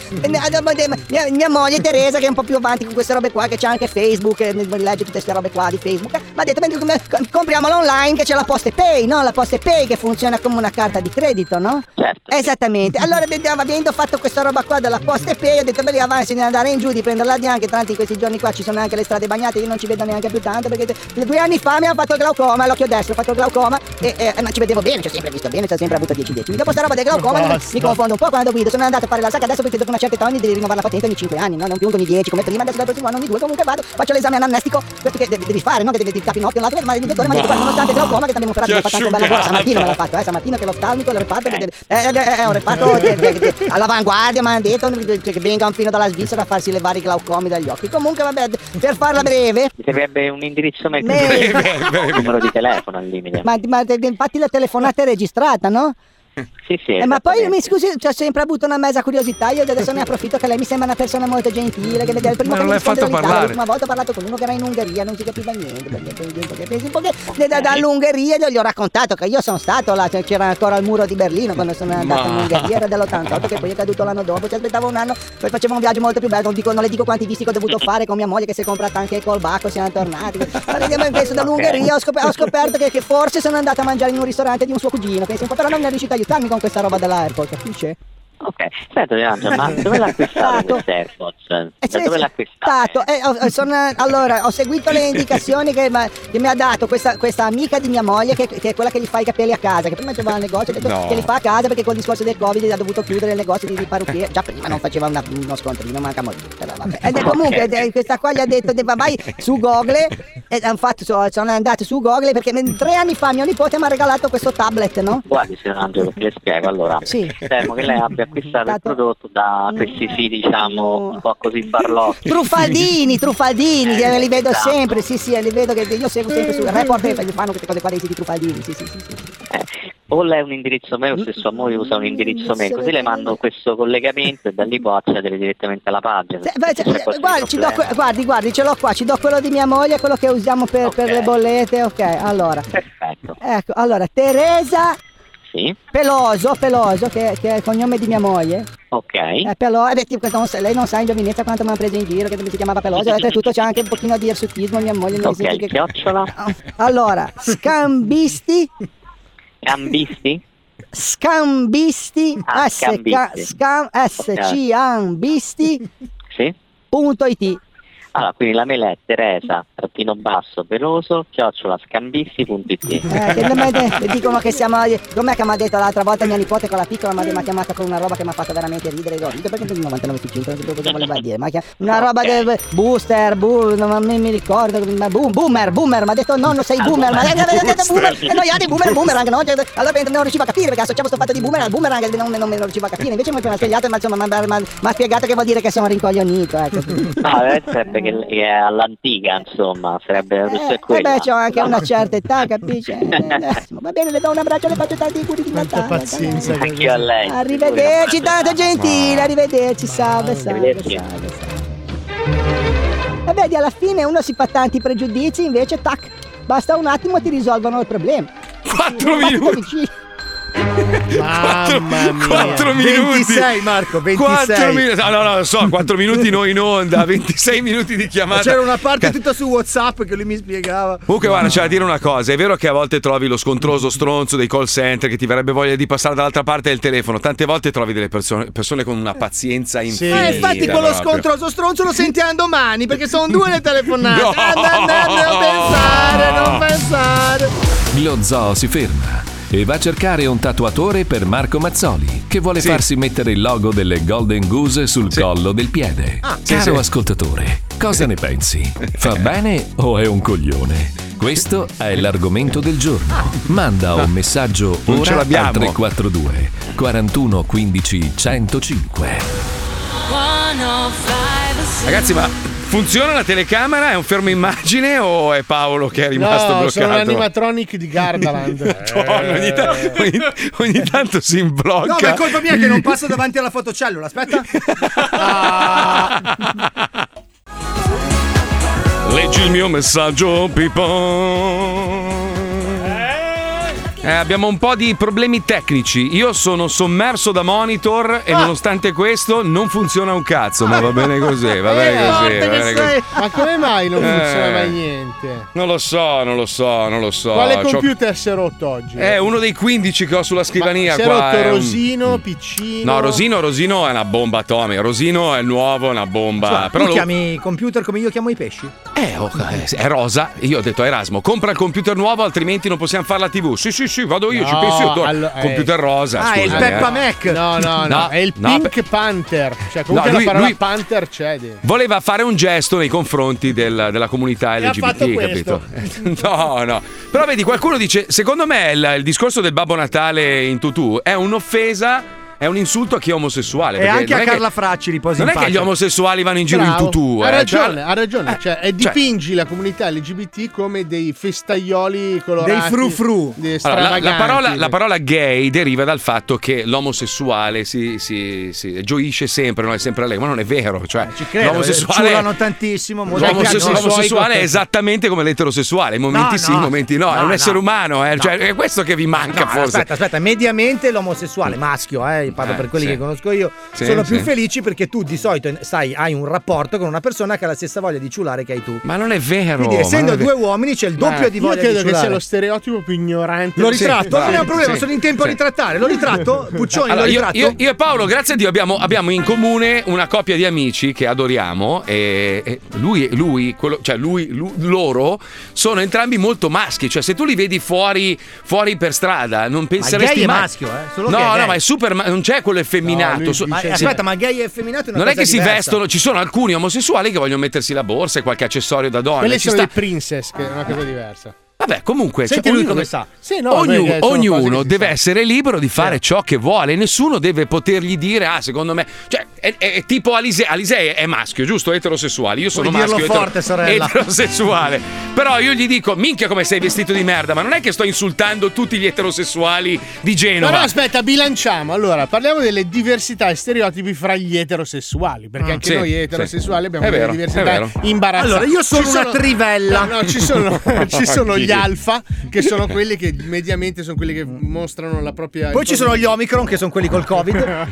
mia, mia moglie Teresa, che è un po' più avanti con queste robe qua, che c'ha anche Facebook, e legge tutte queste robe qua di Facebook, mi ha detto compriamola online, che c'è la PostePay, no? La PostePay che funziona come una carta di credito, no? Certo. Esattamente. Allora avendo fatto questa roba qua della PostePay, ho detto beh, avanti di andare in giù, di prenderla di anche, tanto in questi giorni qua ci sono anche le strade bagnate, io non ci vedo neanche più tanto, perché due anni fa mi hanno fatto il glaucoma, all'occhio destro ho fatto il glaucoma e, e ma ci vedevo bene, ci ho sempre visto bene, ci ho sempre avuto dieci decimi. Dopo sta roba del glaucoma mi, mi confondo un po' quando guido, sono andato a fare la sacca adesso, perché dopo una certa età devi rinnovare la patente ogni cinque anni, no? Non più ogni dieci come prima, adesso dal prossimo anno ogni due, comunque vado, faccio l'esame anamnestico, perché devi, devi fare, no? Che devi, devi capi un occhio, l'altro, ma il dottore mi ha detto guarda, nonostante il glaucoma, che ti abbiamo operato, mi ha fatto anche un bel lavoro, stamattina me l'ha fatto, eh, stamattina che l'oftalmico, il reparto, eh, eh, eh, è un reparto de, de, de, all'avanguardia, mi hanno detto che venga un fino dalla Svizzera a farsi levare i glaucomi dagli occhi. Comunque vabbè, per farla breve, Mi servirebbe un indirizzo mail, Mail. un numero di telefono al limite. ma, ma infatti la telefonata è registrata, no? Sì, sì. Eh, ma poi esattamente. mi scusi, ho sempre avuto una mezza curiosità, io adesso ne approfitto che lei mi sembra una persona molto gentile, che vede il primo Ma che non mi l'hai risponde fatto dall'Italia, parlare. l'ultima volta ho parlato con uno che era in Ungheria, non si capiva niente, perché perché pensi un po' che da- dall'Ungheria gli ho raccontato che io sono stato là, cioè, c'era ancora il muro di Berlino quando sono andato in Ma- Ungheria, era dell'ottantotto, che poi è caduto l'anno dopo, ci aspettavo un anno, poi facevo un viaggio molto più bello, non, dico, non le dico quanti visti che ho dovuto fare con mia moglie che si è comprata anche il colbacco, siamo tornati. Ma vediamo penso dall'Ungheria ho, scop- ho scoperto che, che forse sono andata a mangiare in un ristorante di un suo cugino, pensi un po', però non è riuscito a aiutarmi con questa roba dell'AirPod, capisce? Ok, senta Angelo, ma dove l'ha acquistato questo AirPods? Da dove l'ha acquistato? Stato, eh, ho, sono, allora ho seguito le indicazioni che, ma- che mi ha dato questa, questa amica di mia moglie, che, che è quella che gli fa i capelli a casa, che prima c'era il negozio, ha detto No. che li fa a casa perché col discorso del Covid ha dovuto chiudere il negozio di, di parrucchiere, già prima non faceva una- uno scontrino, manca molto, però vabbè. Ed è comunque eh, questa qua gli ha detto va- vai su Google, e hanno fatto, so- sono andato su Google perché tre anni fa mio nipote mi ha regalato questo tablet, no? Guardi signor Angelo, che le spiego, allora, Sì. temo che lei abbia acquistato il prodotto da questi siti, diciamo, un po' così farlocchi. Truffaldini, truffaldini, Eh, li vedo esatto. sempre, sì sì, li vedo che io seguo sempre su Report e fanno queste cose qua dei siti truffaldini, sì sì sì. sì. Eh, o lei ha un indirizzo mail o se sua moglie usa un indirizzo mail, così le mando questo collegamento e da lì può accedere direttamente alla pagina. Eh, beh, Se cioè, c'è qualche guardi, ci do problema. que- guardi, guardi, ce l'ho qua, ci do quello di mia moglie, quello che usiamo per, per le bollette, ok, allora. Perfetto. Ecco, allora, Teresa Sì, Peloso, Peloso, che, che è il cognome di mia moglie. ok. Eh, Peloso, eh, beh, tipo, non sa- lei non sa in giovinezza quanto mi hanno preso in giro, che si chiamava Peloso, e oltretutto c'è anche un pochino di ersutismo, mia moglie non mi sente Ok, che... chiocciola. Allora, scambisti, Cambisti? scambisti, Ah, S, ca- scambisti. scam, S, C, ambisti, Sì. punto it. Allora, quindi la mail è Teresa, trattino basso, peloso, chiocciola, scambisti.it. Eh, che non mi de- dicono che siamo. Com'è che mi ha detto l'altra volta mia nipote con la piccola mi ha chiamato con una roba che mi ha fatto veramente ridere. Ho detto perché novantanove su cento, non sapevo cosa voleva dire. Ma una roba del booster, boom, non mi mi ricordo. ma boom, boomer, boomer, mi ha detto no, non sei boomer, ma boomer, e noi altri boomer, boomerang, no? Cioè, allora non riuscivo a capire perché associavo sto fatto di boomer al boomerang e non, non me lo riuscivo a capire. Invece mi ha spiegato, ma insomma, mi ha spiegato che vuol dire che sono rincoglionito, ecco. No, eh, sarebbe che che è all'antica, insomma, sarebbe giusto Eh quello. beh, c'ho anche una certa età, capisci? Eh, eh, va bene, le do un abbraccio, le faccio tanti auguri di Natale. pazienza che- Anch'io a lei. Arrivederci, tanto gentile, arrivederci, salve, salve, Arrivederci. salve, salve. E vedi, alla fine uno si fa tanti pregiudizi, invece, tac, basta un attimo e ti risolvono il problema. Quattro minuti. Mamma mia. quattro minuti. ventisei, Marco, ventisei. quattro minuti. No, no, no, lo so, quattro minuti noi in onda, ventisei minuti di chiamata. C'era una parte tutta su WhatsApp che lui mi spiegava. Comunque guarda, c'è da dire una cosa, è vero che a volte trovi lo scontroso stronzo dei call center che ti verrebbe voglia di passare dall'altra parte del telefono, tante volte trovi delle persone, persone con una pazienza infinita. Eh, infatti quello proprio. scontroso stronzo lo sentiamo domani perché sono due le telefonate. No. Ah, no, no, non pensare, non pensare. Lo zoo si ferma e va a cercare un tatuatore per Marco Mazzoli, che vuole Sì. farsi mettere il logo delle Golden Goose sul collo del piede. sì, Caro sì. ascoltatore, Cosa ne pensi? Fa bene o è un coglione? Questo è l'argomento del giorno. Manda un messaggio Non ce ora l'abbiamo. al tre quattro due quarantuno quindici centocinque. Ragazzi, ma funziona la telecamera? È un fermo immagine o è Paolo che è rimasto no, bloccato? sono l'animatronic di Gardaland. Madonna, ogni, ta- ogni, ogni tanto si imblocca. No, ma è colpa mia che non passo davanti alla fotocellula. Aspetta. Ah. Leggi il mio messaggio, Pippo. Eh, abbiamo un po' di problemi tecnici. Io sono sommerso da monitor e Ah. nonostante questo non funziona un cazzo. Ma va bene così, va bene Eh, così. forte Va che bene sei. così. Ma come mai non funziona Eh. mai niente? Non lo so, non lo so, non lo so. Quale C'ho- computer si è rotto oggi? È uno dei quindici che ho sulla scrivania si è qua. rotto è un- Rosino, Piccino. No, Rosino, Rosino è una bomba atomica. Rosino è il nuovo, è una bomba. Scusa, Però tu lo- chiami computer come io chiamo i pesci? Eh, oh, eh, è rosa. Io ho detto a Erasmo, compra il computer nuovo, altrimenti non possiamo fare la tivù. Sì, sì, sì, vado io, No, ci penso io. do- allo- eh. computer rosa. Ah, è il scusami, Peppa eh. Mac. No, no, no, No, è il no, Pink Panther. Cioè, comunque No, lui- la parola lui- Panther c'è dentro. Voleva fare un gesto nei confronti del- della comunità E ha L G B fatto T, questo. capito? No, no. Però vedi, qualcuno dice: secondo me il, il discorso del Babbo Natale in tutù è un'offesa. È un insulto a chi è omosessuale. E perché anche non a è che- Carla Fracci riposi Non in è che pace. gli omosessuali vanno in giro Bravo. in tutù. Ha eh, ragione, cioè- ha ragione. Cioè, e dipingi la comunità L G B T come dei festaioli colorati. Dei frufru. dei Allora, la, la stravaganti. parola, la parola gay deriva dal fatto che l'omosessuale si, si, si gioisce sempre, no? È sempre lei, ma non è vero. Cioè, Ci credo, l'omosessuale, ciulano tantissimo. molto l'omosessu- cazzo. l'omosessuale è esattamente come l'eterosessuale. In momenti No, sì, no. in momenti no. È No, un essere no. umano, eh. No. Cioè, è questo che vi manca, No, forse. aspetta, aspetta, mediamente l'omosessuale maschio, eh, parlo Eh, per quelli sì. che conosco io, Sì, sono più sì. felici perché tu di solito sai, hai un rapporto con una persona che ha la stessa voglia di ciulare che hai tu. Ma non è vero. Quindi ma essendo non è due vero. uomini c'è il doppio Eh, di io voglia di credo che ciulare. sia lo stereotipo più ignorante. Lo Sì, ritratto? non è un sì, problema, sì. sono in tempo a ritrattare. Lo ritratto? Puccioni, Allora, lo io, ritratto? io- io e Paolo, grazie a Dio, abbiamo, abbiamo in comune una coppia di amici che adoriamo. E, e lui, lui, quello, cioè lui, lu- loro sono entrambi molto maschi. Cioè, se tu li vedi fuori, fuori per strada, non penseresti gay è mai. maschio, eh? Solo no, che è no, gay. ma è super. ma- Non c'è quello effeminato. lui So- Ma, dice- aspetta, ma gay e effeminato è una non è cosa che si diversa. vestono, ci sono alcuni omosessuali che vogliono mettersi la borsa e qualche accessorio da donna. Quelli ci sono sta. dei princess, che è una cosa diversa. Vabbè, comunque, Senti cioè, lui ognuno, come sa. Sì, no, ognu- perché sono cose ognuno che si deve sa. essere libero di fare ciò che vuole, nessuno deve potergli dire, ah, secondo me, cioè, è, è- è tipo Alisei, Alisei è maschio, giusto? Eterosessuale, io sono Puoi dirlo maschio, forte, sorella. eterosessuale, però io gli dico, minchia come sei vestito di merda, ma non è che sto insultando tutti gli eterosessuali di Genova. Però aspetta, bilanciamo. Allora, parliamo delle diversità e stereotipi fra gli eterosessuali. Perché anche sì, noi sì. eterosessuali abbiamo È delle vero, è diversità vero. imbarazzanti. Allora, io sono Ci una trivella. No, no, ci sono, ci sono Chi? gli alfa, che sono quelli che mediamente sono quelli che mostrano la propria. Poi ci sono gli Omicron che sono quelli col Covid.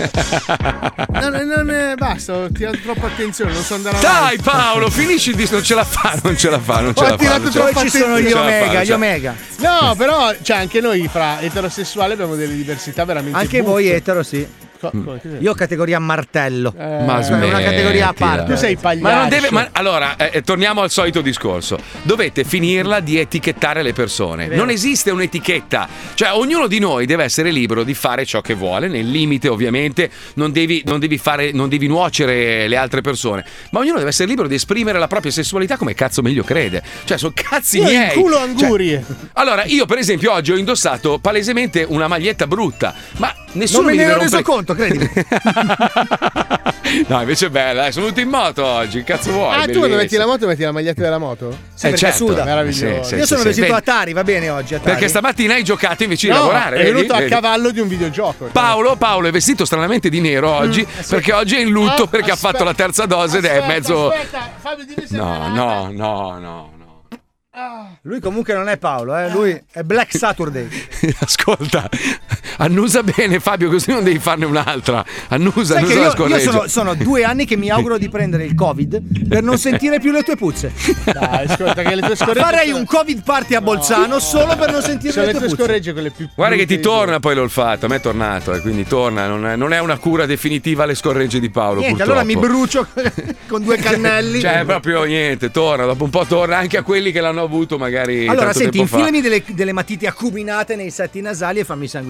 No, no, non è, basta, ti ho troppa attenzione, non so andare Dai avanti. Paolo, finisci il disco, non ce la fa, non ce la fa, non ce Ho la fa. tirato non ce la troppo fa. Poi ci sono Non gli ce la fa, Omega, non gli ce la- Omega. No, però cioè, anche noi fra eterosessuali abbiamo delle diversità veramente Anche buffe. voi etero, sì. Co- come- cos'è? Io categoria martello. Eh, Ma è una categoria a smettila. parte. Tu sei pagliaccio. Ma non deve. Ma allora, eh, torniamo al solito discorso. Dovete finirla di etichettare le persone. vero. Non esiste un'etichetta. Cioè, ognuno di noi deve essere libero di fare ciò che vuole, nel limite, ovviamente. Non devi, non devi fare, non devi nuocere le altre persone. Ma ognuno deve essere libero di esprimere la propria sessualità come cazzo meglio crede. Cioè, sono cazzi Io miei. in culo Cioè, angurie. allora, io, per esempio, oggi ho indossato palesemente una maglietta brutta. Ma nessuno Non me mi ne deve ero reso rompere- conto, credimi. No, invece è bella, eh. Sono venuto in moto oggi. Che cazzo vuoi? Ah, tu quando Bellissimo. metti la moto metti la maglietta della moto? Sì, Eh, perché certo. suda. Meraviglioso. Sì, sì, Io sono sì, vestito sì. Atari, va bene oggi Atari. Perché stamattina hai giocato invece di No, lavorare. è vedi? venuto a Vedi? cavallo di un videogioco. Paolo, Paolo è vestito stranamente di nero oggi perché oggi è in lutto Ah, perché ha aspetta, fatto la terza dose ed è aspetta, mezzo. Aspetta, Fabio, dimmi se No, no, no, no, no. Lui comunque non è Paolo, eh? Lui è Black Saturday. Ascolta, annusa bene Fabio, così non devi farne un'altra. Annusa, Sai che annusa la io, io scorreggia. sono, sono due anni che mi auguro di prendere il Covid per non sentire più le tue puzze. Dai, ascolta che le tue scorregge Farei sono- un Covid party a Bolzano solo per non sentire sono le le tue tue puzze. scorregge quelle più Guarda che brutte ti di torna poi l'olfatto, a me è tornato e quindi torna, non è, non è una cura definitiva alle scorregge di Paolo. Niente, purtroppo. allora mi brucio con due cannelli. Cioè, proprio niente, torna, dopo un po' torna anche a quelli che l'hanno avuto magari. Allora, tanto senti, tempo fa. infilami delle, delle matite acuminate nei setti nasali e fammi sanguinare.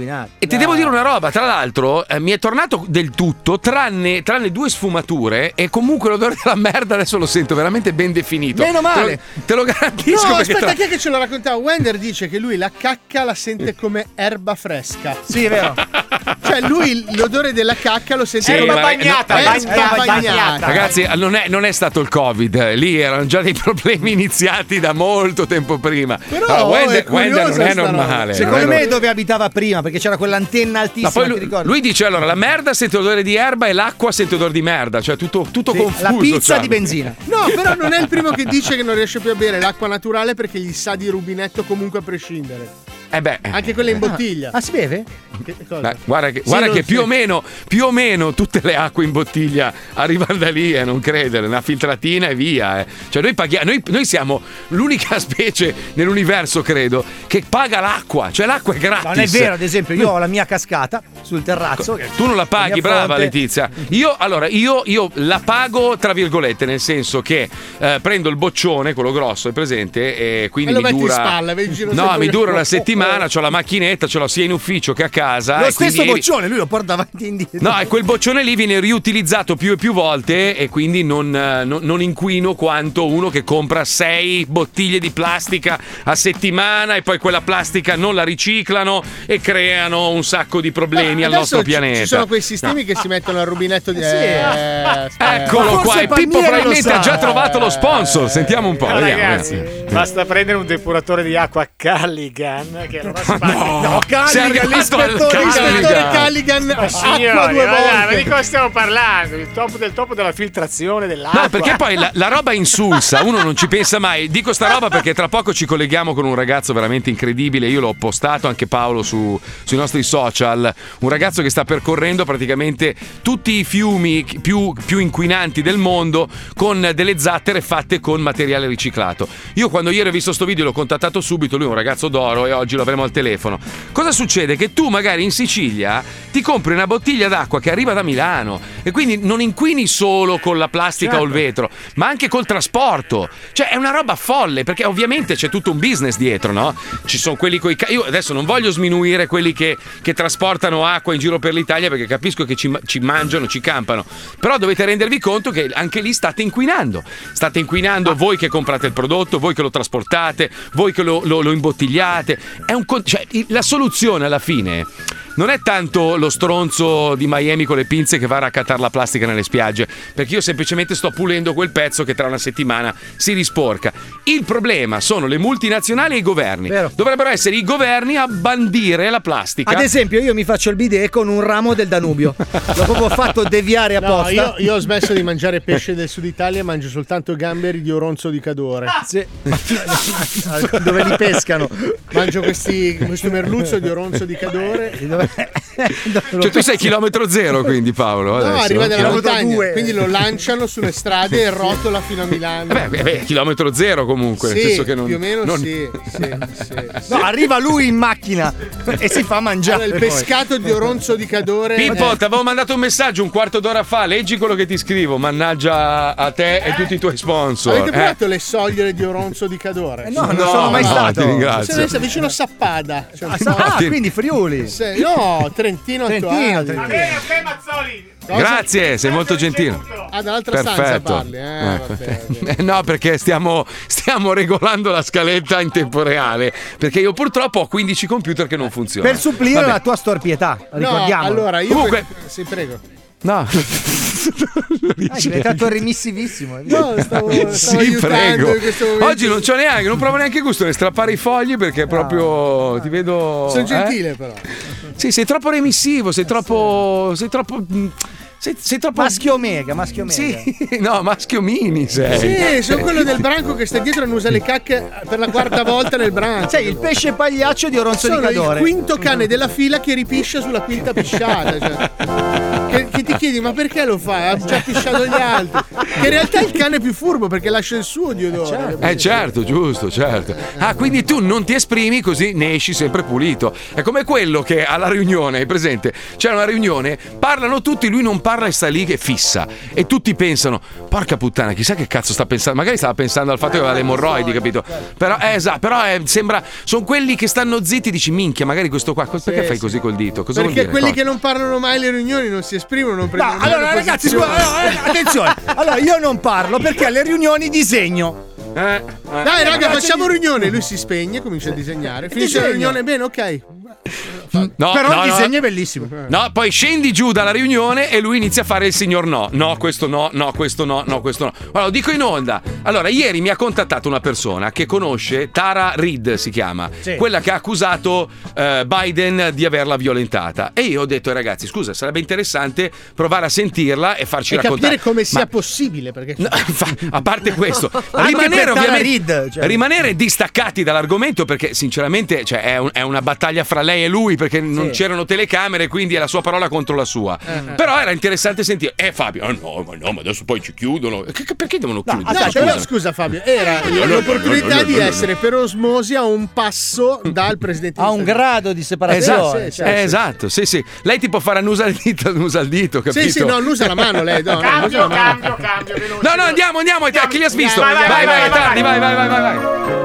E ti devo dire una roba, tra l'altro eh, mi è tornato del tutto, tranne, tranne due sfumature, e comunque l'odore della merda adesso lo sento veramente ben definito. Meno male. Te lo, te lo garantisco. No, perché aspetta, tra... chi è che ce lo raccontava? Wender dice che lui la cacca la sente come erba fresca. Sì, è vero. Cioè lui l'odore della cacca lo sente Sì, come ma- bagnata, no, bagnata, eh, bagnata. Ragazzi, non è, non è stato il Covid, lì erano già dei problemi iniziati da molto tempo prima. Però Allora, Wender, è curiosa Wender non è sta roba. normale. Secondo non è me normale. dove abitava prima, perché c'era quell'antenna altissima. Ma poi ti lui, ricordi? lui dice allora la merda sente odore di erba e l'acqua sente odore di merda, cioè tutto, tutto Sì, confuso. la pizza cioè. di benzina. No, però non è il primo che dice che non riesce più a bere l'acqua naturale perché gli sa di rubinetto comunque a prescindere. Eh beh. Anche quella in bottiglia. Ah, si beve? Che cosa? Beh, guarda che, Sì, guarda non che so. più o meno più o meno tutte le acque in bottiglia arrivano da lì, eh, non credere, una filtratina e via. Eh. Cioè noi paghiamo, noi, noi siamo l'unica specie nell'universo, credo, che paga l'acqua, cioè l'acqua è gratis. Non è vero, ad esempio, io ho la mia cascata sul terrazzo. Tu non la paghi, mia brava fonte. Letizia. Io allora io, io la pago tra virgolette, nel senso che eh, prendo il boccione, quello grosso, è presente, e quindi E lo mi metti in dura. spalla, vai in giro no, sempre mi con- dura una settimana, ho la macchinetta, ce l'ho sia in ufficio che a casa. Lo e stesso quindi- boccione, lui lo porta avanti e indietro. No, e quel boccione lì viene riutilizzato più e più volte e quindi non, eh, non- non inquino quanto uno che compra sei bottiglie di plastica a settimana e poi quella plastica non la riciclano e creano un sacco di problemi al Adesso nostro ci- pianeta. Ci sono quei sistemi che si mettono al rubinetto di. Sì. Eh, aspetta. Eccolo qua, e Pippo probabilmente ha già trovato lo sponsor. Sentiamo un po', No, vediamo. ragazzi, vediamo. basta prendere un depuratore di acqua Calligan che allora si No, no, sei Calligan, arrivato al l'ispettore, l'ispettore Calligan. Calligan, Ma acqua signori, due ma dai, ma volte. di cosa stiamo parlando? Il topo del topo della filtrazione dell'acqua. No, perché poi la, la roba insulsa, uno non ci pensa mai. Dico sta roba perché tra poco ci colleghiamo con un ragazzo veramente incredibile. Io l'ho postato anche Paolo su, sui nostri social. Un ragazzo che sta percorrendo praticamente tutti i fiumi più, più inquinanti del mondo con delle zattere fatte con materiale riciclato. Io quando ieri ho visto sto video l'ho contattato subito. Lui è un ragazzo d'oro e oggi lo avremo al telefono. Cosa succede? Che tu magari in Sicilia ti compri una bottiglia d'acqua che arriva da Milano e quindi non inquini solo con la plastica Certo. o il vetro, ma anche col trasporto. Cioè è una roba folle, perché ovviamente c'è tutto un business dietro, no? Ci sono quelli coi ca- io adesso non voglio sminuire quelli che, che trasportano acqua in giro per l'Italia, perché capisco che ci, ma- ci mangiano, ci campano, però dovete rendervi conto che anche lì state inquinando. State inquinando voi che comprate il prodotto, voi che lo trasportate, voi che lo, lo- lo imbottigliate. È un con- cioè, i- la soluzione alla fine non è tanto lo stronzo di Miami con le pinze che va a raccattare la plastica nelle spiagge, perché io semplicemente sto pulendo quel pezzo che tra una settimana si risporca. Il problema sono le multinazionali e i governi. Dovrebbero essere i governi a bandire la plastica. Ad esempio, io mi faccio il bidet con un ramo del Danubio. L'ho proprio fatto deviare No, apposta. io, io ho smesso di mangiare pesce del sud Italia e mangio soltanto gamberi di Oronzo di Cadore. Sì. Dove li pescano? Mangio questi, questo merluzzo di Oronzo di Cadore. Cioè tu sei chilometro zero quindi Paolo No, adesso? arriva dalla Chilometro montagna, due. quindi lo lanciano sulle strade e rotola fino a Milano. Beh, beh, beh, chilometro zero comunque, nel Sì, senso che non, più o meno non- sì, sì, sì. No, arriva lui in macchina e si fa mangiare. Allora, il pescato di Oronzo di Cadore. Pippo, eh, ti avevo mandato un messaggio un quarto d'ora fa, leggi quello che ti scrivo, mannaggia a te e tutti i tuoi sponsor. Avete eh. provato le soglie di Oronzo di Cadore? no, non sono mai no, stato. ti ringrazio. Se ne sta vicino a Sappada. Cioè, un Ah, po'- ah, quindi Friuli. Se- no, Trentino, Trentino, attuale. Trentino. Grazie, sei molto gentile. Ah, dall'altra stanza Perfetto. parli. Eh, Eh, vabbè, vabbè. Eh, no, perché stiamo, stiamo regolando la scaletta in tempo reale. Perché io purtroppo ho quindici computer che non funzionano. Per supplire Vabbè. la tua storpietà, No, ricordiamo. allora io. Comunque- Sì, prego. No. Ah, è diventato remissivissimo. è vero. No, stavo, stavo Sì, aiutando prego. in questo momento. Oggi non c'ho neanche, non provo neanche gusto nel strappare i fogli perché proprio ti vedo. Sono eh? gentile, però. Sì, sei troppo remissivo, sei troppo. Sei troppo. mh, Sei, sei troppo. Maschio omega, maschio omega. Sì, no, maschio mini sei. Sì, sono quello del branco che sta dietro e non usa le cacche per la quarta volta nel branco. Sei il pesce pagliaccio di Oronzo di Sono il Cadore. quinto cane della fila che ripiscia sulla quinta pisciata. Cioè. Che, che ti chiedi, ma perché lo fa? Ha già pisciato gli altri. Che in realtà è il cane più furbo perché lascia il suo di odore. Eh certo, giusto, certo. Ah, quindi tu non ti esprimi così ne esci sempre pulito. È come quello che alla riunione, hai presente? C'è una riunione, parlano tutti, lui non parla parla e sta lì che fissa. E tutti pensano, porca puttana, chissà che cazzo sta pensando. Magari stava pensando al fatto che aveva le emorroidi, capito? Però, eh, esatto, però eh, sembra, sono quelli che stanno zitti, dici minchia, magari questo qua, perché sì, fai sì. così col dito? Cosa Perché vuol dire? quelli Cosa? che non parlano mai alle riunioni non si esprimono, non prendono No, mai allora una ragazzi, posizione. scusa, no, eh, attenzione. Allora io non parlo perché alle riunioni disegno. Eh, eh. Dai raga, facciamo riunione. Lui si spegne, comincia a disegnare. Finisce la Disegno. riunione, bene, ok. No, Però no, il no. disegno è bellissimo. No, poi scendi giù dalla riunione e lui inizia a fare il signor no. No, questo no, no, questo no, no, questo no. Allora, lo dico in onda. Allora, ieri mi ha contattato una persona che conosce Tara Reid, si chiama, Sì. quella che ha accusato eh, Biden di averla violentata. E io ho detto ai ragazzi, scusa, sarebbe interessante provare a sentirla e farci E raccontare. capire come sia Ma- possibile, perché No, fa- a parte questo, Anche rimanere per Tara ovviamente Reid, cioè. rimanere distaccati dall'argomento, perché sinceramente cioè, è, un- è una battaglia fra lei e lui, perché non Sì. c'erano telecamere, quindi è la sua parola contro la sua. Eh. Però era interessante sentire. Eh Fabio, oh, no, ma no, ma adesso poi ci chiudono. Che- che- perché devono chiudere? No, Scusa. però scusa Fabio, era l'opportunità di essere per osmosi a un passo dal presidente. Ha un grado di Esatto, separazione. sì, sì, eh, sì. esatto, sì, sì. Lei tipo farà annusa il dito, annusa il dito, capito? Sì, sì, no, non usa la mano lei. No, no, usa la mano. Cambio, cambio, veloce. No, no, andiamo, andiamo, andiamo. Chi li ha visto? Vai, Vai, vai, vai, vai, vai, tardi, vai, vai, vai, vai, vai, vai.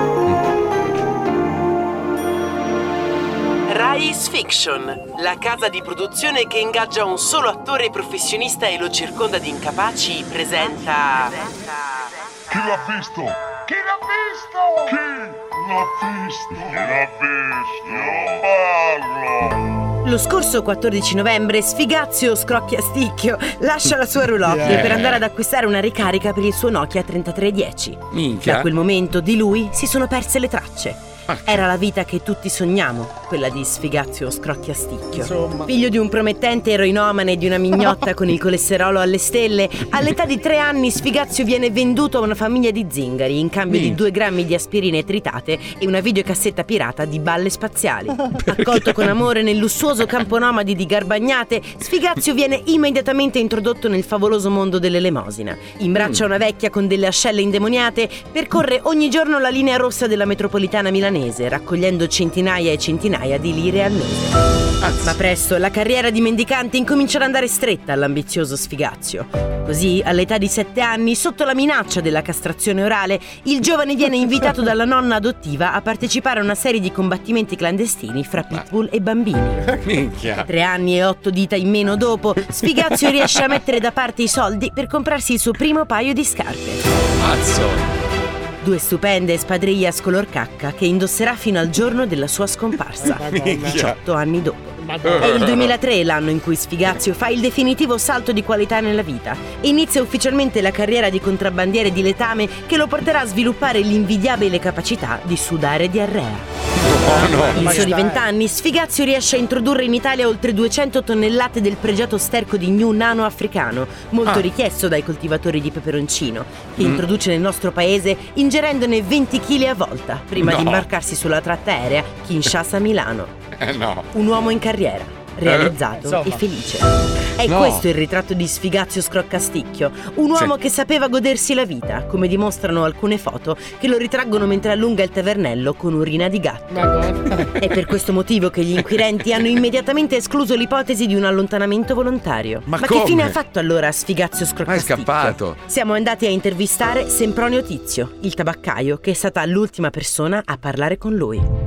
Rise Fiction, la casa di produzione che ingaggia un solo attore professionista e lo circonda di incapaci, presenta... Chi l'ha visto? Chi l'ha visto? Chi l'ha visto? Chi l'ha visto? Non parlo! Lo scorso quattordici novembre Sfigazio Scrocchiasticchio lascia la sua roulotte Yeah. per andare ad acquistare una ricarica per il suo Nokia trentatré dieci. Minchia. Da quel momento di lui si sono perse le tracce. Era la vita che tutti sogniamo, quella di Sfigazio Scrocchiasticchio. Insomma. Figlio di un promettente eroinomane e di una mignotta con il colesterolo alle stelle, all'età di tre anni Sfigazio viene venduto a una famiglia di zingari in cambio di due grammi di aspirine tritate e una videocassetta pirata di balle spaziali. Accolto con amore nel lussuoso campo nomadi di Garbagnate, Sfigazio viene immediatamente introdotto nel favoloso mondo dell'elemosina. Imbraccia una vecchia con delle ascelle indemoniate, percorre ogni giorno la linea rossa della metropolitana milanese, raccogliendo centinaia e centinaia di lire al mese. Ma presto la carriera di mendicante incomincia ad andare stretta all'ambizioso Sfigazio. Così, all'età di sette anni, sotto la minaccia della castrazione orale, il giovane viene invitato dalla nonna adottiva a partecipare a una serie di combattimenti clandestini fra pitbull e bambini. Minchia. Tre anni e otto dita in meno dopo, Sfigazio riesce a mettere da parte i soldi per comprarsi il suo primo paio di scarpe. Mazzo. Due stupende spadrillas color cacca che indosserà fino al giorno della sua scomparsa, diciotto anni dopo. È il duemilatré l'anno in cui Sfigazio fa il definitivo salto di qualità nella vita e inizia ufficialmente la carriera di contrabbandiere di letame che lo porterà a sviluppare l'invidiabile capacità di sudare diarrea. In soli vent'anni Sfigazio riesce a introdurre in Italia oltre duecento tonnellate del pregiato sterco di gnu nano africano, molto Ah. richiesto dai coltivatori di peperoncino, che Mm. introduce nel nostro paese ingerendone venti chili a volta, prima No. di imbarcarsi sulla tratta aerea Kinshasa-Milano. Eh no. Un uomo in carriera, realizzato Eh, e insomma. felice. È No. questo il ritratto di Sfigazio Scroccasticchio, un uomo Sì. che sapeva godersi la vita, come dimostrano alcune foto che lo ritraggono mentre allunga il tavernello con urina di gatto. È per questo motivo che gli inquirenti hanno immediatamente escluso l'ipotesi di un allontanamento volontario. Ma che come? fine ha fatto allora Sfigazio Ma è Scroccasticchio? scappato. Siamo andati a intervistare Sempronio Tizio, il tabaccaio, che è stata l'ultima persona a parlare con lui.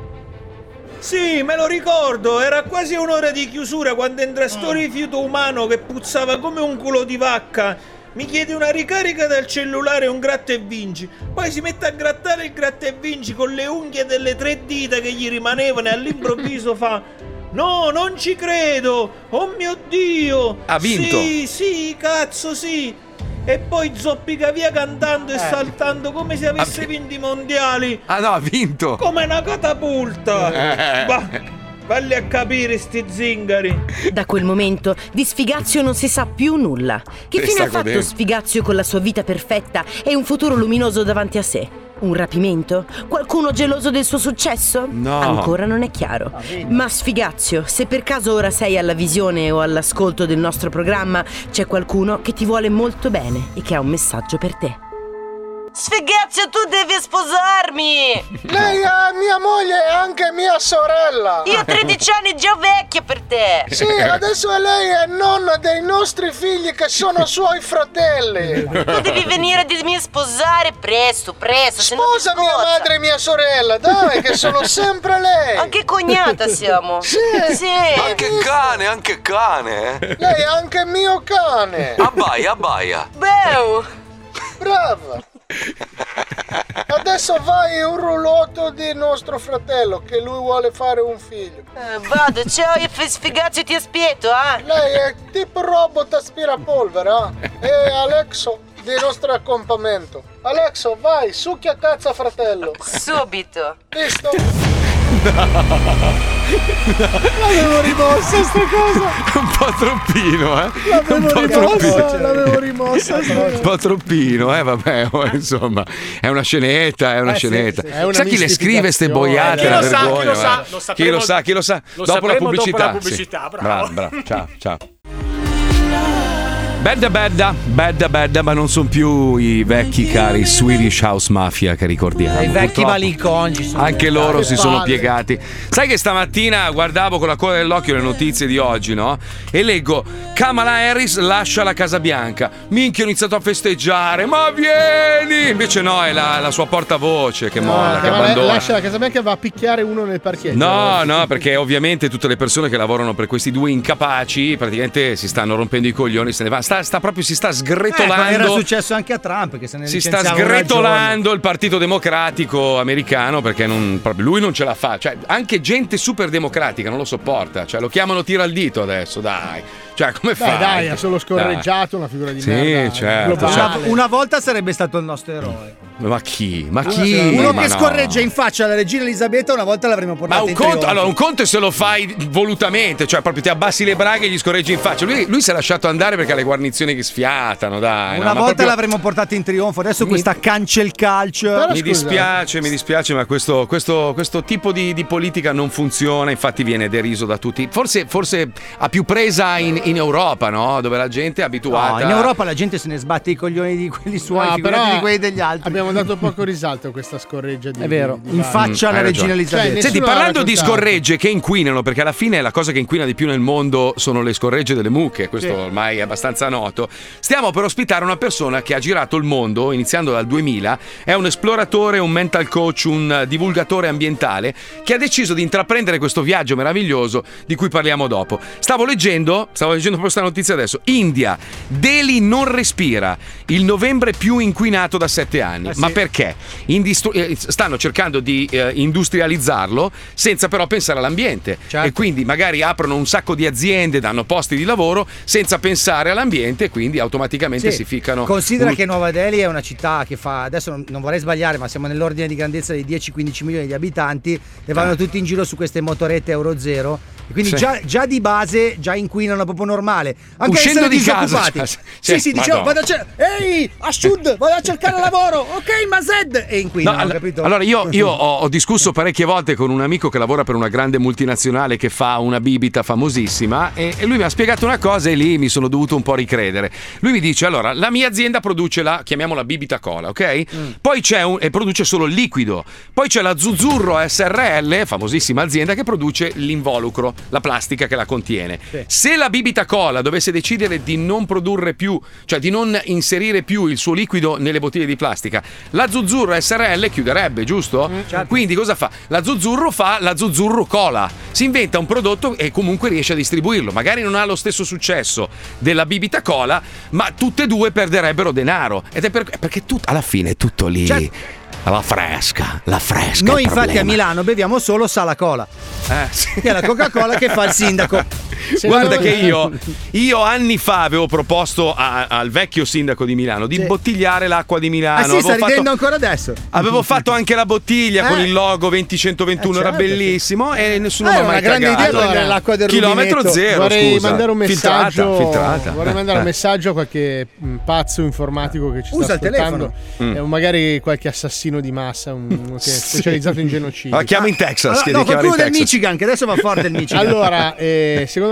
Sì, me lo ricordo, era quasi un'ora di chiusura quando entra sto rifiuto umano che puzzava come un culo di vacca. Mi chiede una ricarica del cellulare e un gratta e vinci. Poi si mette a grattare il gratta e vinci con le unghie delle tre dita che gli rimanevano e all'improvviso fa: no, non ci credo! Oh mio Dio! Ha vinto. Sì, sì, cazzo, sì! E poi zoppica via cantando e saltando come se avesse vinto i mondiali. Ah no, ha vinto. Come una catapulta. Eh. Bah, valli a capire sti zingari. Da quel momento di Sfigazio non si sa più nulla. Che Se fine sta ha fatto godendo. Sfigazio con la sua vita perfetta e un futuro luminoso davanti a sé? Un rapimento? Qualcuno geloso del suo successo? No. Ancora non è chiaro. Ma Sfigazio, se per caso ora sei alla visione o all'ascolto del nostro programma, c'è qualcuno che ti vuole molto bene e che ha un messaggio per te. Sfigazio, tu devi sposarmi! Lei è mia moglie e anche mia sorella. Io ho tredici anni già vecchia per te. Sì, adesso lei è nonna dei nostri figli che sono suoi fratelli. Tu devi venire a dirmi sposare presto, presto. se no ti Sposa mia scozza. madre e mia sorella, dai, che sono sempre lei. Anche cognata siamo. Sì. Sì. Anche cane, anche cane. eh. Lei è anche mio cane. Abbaia, abbaia. Beh. Brava. Adesso vai un rullotto di nostro fratello che lui vuole fare un figlio. Eh, vado, ciao, io sfigazio ti aspetto, eh. Lei è tipo robot aspirapolvere, eh? E Alexo di nostro accompagnamento. Alexo, vai, succhia cazzo fratello. Subito. Visto? L'avevo rimossa sta cosa. Un po' troppino, eh? L'avevo Un po' rimossa, troppino. l'avevo rimossa. Un po' troppino, eh, vabbè, oh, insomma, è una scenetta, è una Eh, sì, scenetta. sì, sì. È una Sai chi le scrive ste boiate? Chi la lo sa, vergogna, chi lo sa, guarda. lo Chi sapremo- lo sa, chi lo sa? lo Dopo la sapremo pubblicità. dopo la pubblicità, sì. bravo. bravo, bravo. Ciao, ciao. Bedda, bedda, bedda, bedda, ma non sono più i vecchi cari Swedish House Mafia che ricordiamo. I vecchi Purtroppo malinconici sono anche loro Che si sono palle. piegati. Sai che stamattina guardavo con la coda dell'occhio le notizie di oggi, no? E leggo Kamala Harris lascia la Casa Bianca. Minchia, ho iniziato a festeggiare. Ma vieni! Invece no, è la, la sua portavoce che molla, che ma abbandona. lascia la Casa Bianca e va a picchiare uno nel parcheggio. No, no, perché ovviamente tutte le persone che lavorano per questi due incapaci praticamente si stanno rompendo i coglioni, se ne va. Sta, sta proprio si sta sgretolando. Eh, era successo anche a Trump che se ne Si sta licenziava una sgretolando il Partito Democratico americano perché non, proprio lui non ce la fa. Cioè, anche gente super democratica non lo sopporta. Cioè, lo chiamano tiro al dito adesso, dai. Cioè, come Beh, fai? dai, ha solo scorreggiato, una figura di Sì, merda. certo, globale. Una, una volta sarebbe stato il nostro eroe. Ma chi? Ma Uno- chi? Uno Ma che no. scorreggia in faccia alla regina Elisabetta una volta l'avremmo Ma portato un in conto, trionfo. allora, un conto è se lo fai volutamente, cioè proprio ti abbassi le braghe e gli scorreggi in faccia. Lui, lui si è lasciato andare perché ha le guarnizioni che sfiatano, dai. Una no, ma volta proprio- l'avremmo portato in trionfo, adesso questa cancel calcio. Mi dispiace, mi dispiace, ma questo, questo, questo tipo di, di politica non funziona, infatti viene deriso da tutti. Forse, forse ha più presa in, in Europa, no? Dove la gente è abituata. No, in Europa la gente se ne sbatte i coglioni di quelli suoi, No, figurati però di quelli degli altri. Abbiamo dato poco risalto a questa scorreggia di È vero, di- di in Biden. faccia alla Hai regina ragione. Elisabetta. Cioè, Senti, nessuno parlando l'ha di raccontato. scorregge che inquinano, perché alla fine la cosa che inquina di più nel mondo sono le scorregge delle mucche, questo Sì. ormai è abbastanza noto. Stiamo per ospitare una persona che ha girato il mondo iniziando dal duemila, è un esploratore, un mental coach, un divulgatore ambientale che ha deciso di intraprendere questo viaggio meraviglioso di cui parliamo dopo. Stavo leggendo, stavo leggendo questa notizia adesso. India, Delhi non respira, il novembre più inquinato da sette anni. Eh sì. Ma perché? Indistru- eh, stanno cercando di eh, industrializzarlo senza però pensare all'ambiente. Certo. E quindi magari aprono un sacco di aziende, danno posti di lavoro senza pensare all'ambiente e quindi automaticamente Sì. si ficcano. Considera un- che Nuova Delhi è una città che fa, adesso non, non vorrei sbagliare, ma siamo nell'ordine di grandezza dei dieci quindici milioni di abitanti e vanno Ah. tutti in giro su queste motorette Euro zero. E quindi Sì. già, già di base già inquinano proprio normale. Anche Uscendo essere di casa, disoccupati. cioè, sì, cioè, sì, dicevo, Madonna. vado a cercare. Ehi, a Sud, vado a cercare lavoro. Ok, ma Zed. E No, inquinano, all- capito? allora io, io ho, ho discusso parecchie volte con un amico che lavora per una grande multinazionale che fa una bibita famosissima e, e lui mi ha spiegato una cosa e lì mi sono dovuto un po' ricredere. Lui mi dice allora la mia azienda produce la, chiamiamola bibita cola, ok? Poi c'è un, e produce solo il liquido, poi c'è la Zuzzurro S R L, famosissima azienda che produce l'involucro, la plastica che la contiene. Sì. Se la bibita cola dovesse decidere di non produrre più, cioè di non inserire più il suo liquido nelle bottiglie di plastica, la Zuzzurro S R L chiuderebbe, giusto? certo. Quindi cosa fa? La Zuzzurro fa la Zuzzurro cola, si inventa un prodotto e comunque riesce a distribuirlo. Magari non ha lo stesso successo della bibita cola, ma tutte e due perderebbero denaro. Ed è per- perché tutto, alla fine è tutto lì. Certo. La fresca, la fresca. Noi è il infatti a problema. Milano beviamo solo Sala Cola, Eh, sì. che è la Coca-Cola che fa il sindaco. Guarda che io, io anni fa avevo proposto a- al vecchio sindaco di Milano di Sì. imbottigliare l'acqua di Milano. Ah sì, Avevo sta fatto- ridendo ancora adesso. Avevo fatto anche la bottiglia Eh. con il logo venti centoventuno, Eh, era certo, bellissimo e nessuno Eh, mi ha è mai una grande cagato. idea prendere l'acqua del Chilometro rubinetto. zero, Vorrei scusa. mandare un messaggio. Filtrata, filtrata. Vorrei mandare un Eh. messaggio a qualche mh, pazzo informatico che ci Usa sta il telefono. ascoltando. Mm. Eh, o magari qualche assassino di massa, un- uno che è specializzato in genocidio. Ah, chiama in Texas, Allora, che no, devi chiamare qualcuno in del Texas. Michigan, che adesso va forte il Michigan. Allora, eh, secondo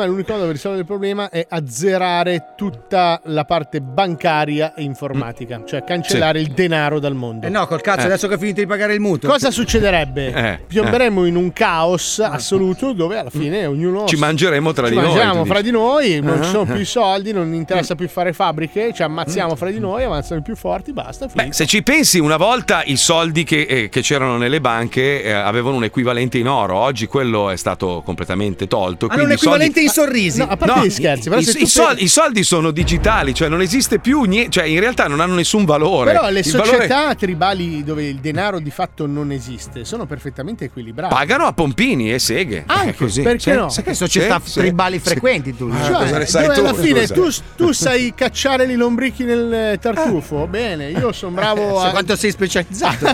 me l'unico modo per risolvere il problema è azzerare tutta la parte bancaria e informatica, cioè cancellare Sì. il denaro dal mondo. Eh no, col cazzo, Eh. adesso che ho finito di pagare il mutuo. Cosa succederebbe? Eh, Piomberemmo in un caos assoluto dove alla fine ognuno Ci mangeremo tra ci di noi. mangiamo tu fra dici. di noi, non ci Ah. sono più i soldi, non interessa più fare fabbriche, ci ammazziamo fra di noi, avanzano i più forti, basta, finito. Beh, se ci pensi, una volta i soldi che, eh, che c'erano nelle banche eh, avevano un equivalente in oro, oggi quello è stato completamente tolto. Hanno un quindi i soldi- equivalente in sorrisi. No, a parte No, gli scherzi, però i, se i tu soldi, i soldi sono digitali, cioè non esiste più niente, cioè in realtà non hanno nessun valore. Però le Il società valore- tribali dove il denaro di fatto non esiste sono perfettamente equilibrate. pagano a pompini e seghe. Anche, È così. perché Sì, no? sì, Che società sì, tribali sì. frequenti tu? Ah, Cioè, cosa ne sai dove tu? alla fine Scusa. tu, tu sai cacciare i lombrichi nel eh, tartufo? Bene, io sono bravo Sai a, quanto sei specializzato?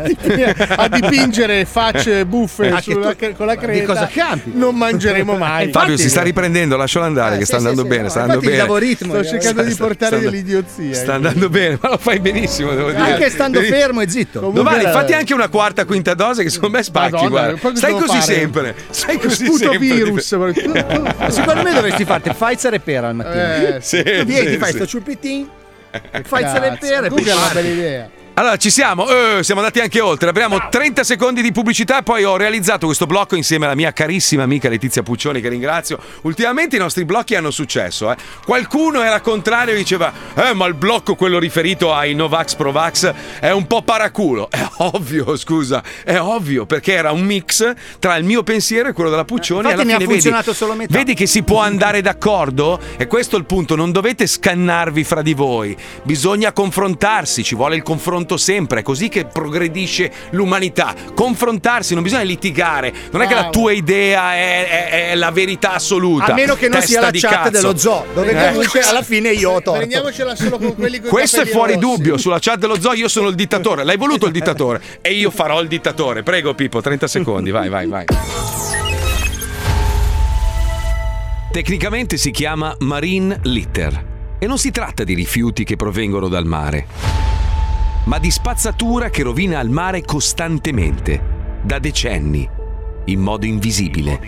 a dipingere facce buffe Anche sulla- tu- con la di creta. cosa campi? Non mangeremo mai. Fabio si sta riprendendo, lascialo andare, Eh, che sì, sta sì, andando sì, bene, no, sta andando infatti bene. davo ritmo, Sto cercando di Sta- portare sta- dell'idiozia. Sta andando bene, ma lo fai benissimo, devo dire. Anche stando Devi- fermo e zitto. Domani fatti anche una quarta, quinta dose che secondo me spacchi, Madonna, guarda. poi cosa Stai devo così fare? sempre. Stai così Sputo sempre. virus. Secondo me dovresti farti Pfizer e pera al mattino. Eh, sì, Tu vieni, sì, ti fai sì. sto ciupitin, Pfizer e Cazzo, pera e poi Google è una parti. bella idea. Allora, ci siamo, Eh, siamo andati anche oltre. Abbiamo trenta secondi di pubblicità. Poi ho realizzato questo blocco insieme alla mia carissima amica Letizia Puccioni, che ringrazio. Ultimamente i nostri blocchi hanno successo. Eh. Qualcuno era contrario e diceva: Eh, ma il blocco, quello riferito ai Novax Provax, è un po' paraculo. È ovvio, scusa, è ovvio, perché era un mix tra il mio pensiero e quello della Puccioni. Infatti e alla mi ha fine funzionato vedi, solo metà. vedi che si può andare d'accordo? E questo è il punto. Non dovete scannarvi fra di voi. Bisogna confrontarsi. Ci vuole il confronto sempre, è così che progredisce l'umanità. Confrontarsi, non bisogna litigare. Non è che la Bravo. tua idea è, è- è la verità assoluta. A meno che non Testa sia la di chat cazzo. dello zoo, dove Eh. comunque alla fine io ho torto. Prendiamocela solo con quelli con i Questo è capelli fuori rossi. dubbio. Sulla chat dello zoo io sono il dittatore. L'hai voluto il dittatore e io farò il dittatore. Prego Pippo, trenta secondi. Vai, vai, vai. Tecnicamente si chiama marine litter e non si tratta di rifiuti che provengono dal mare, ma di spazzatura che rovina il mare costantemente, da decenni, in modo invisibile.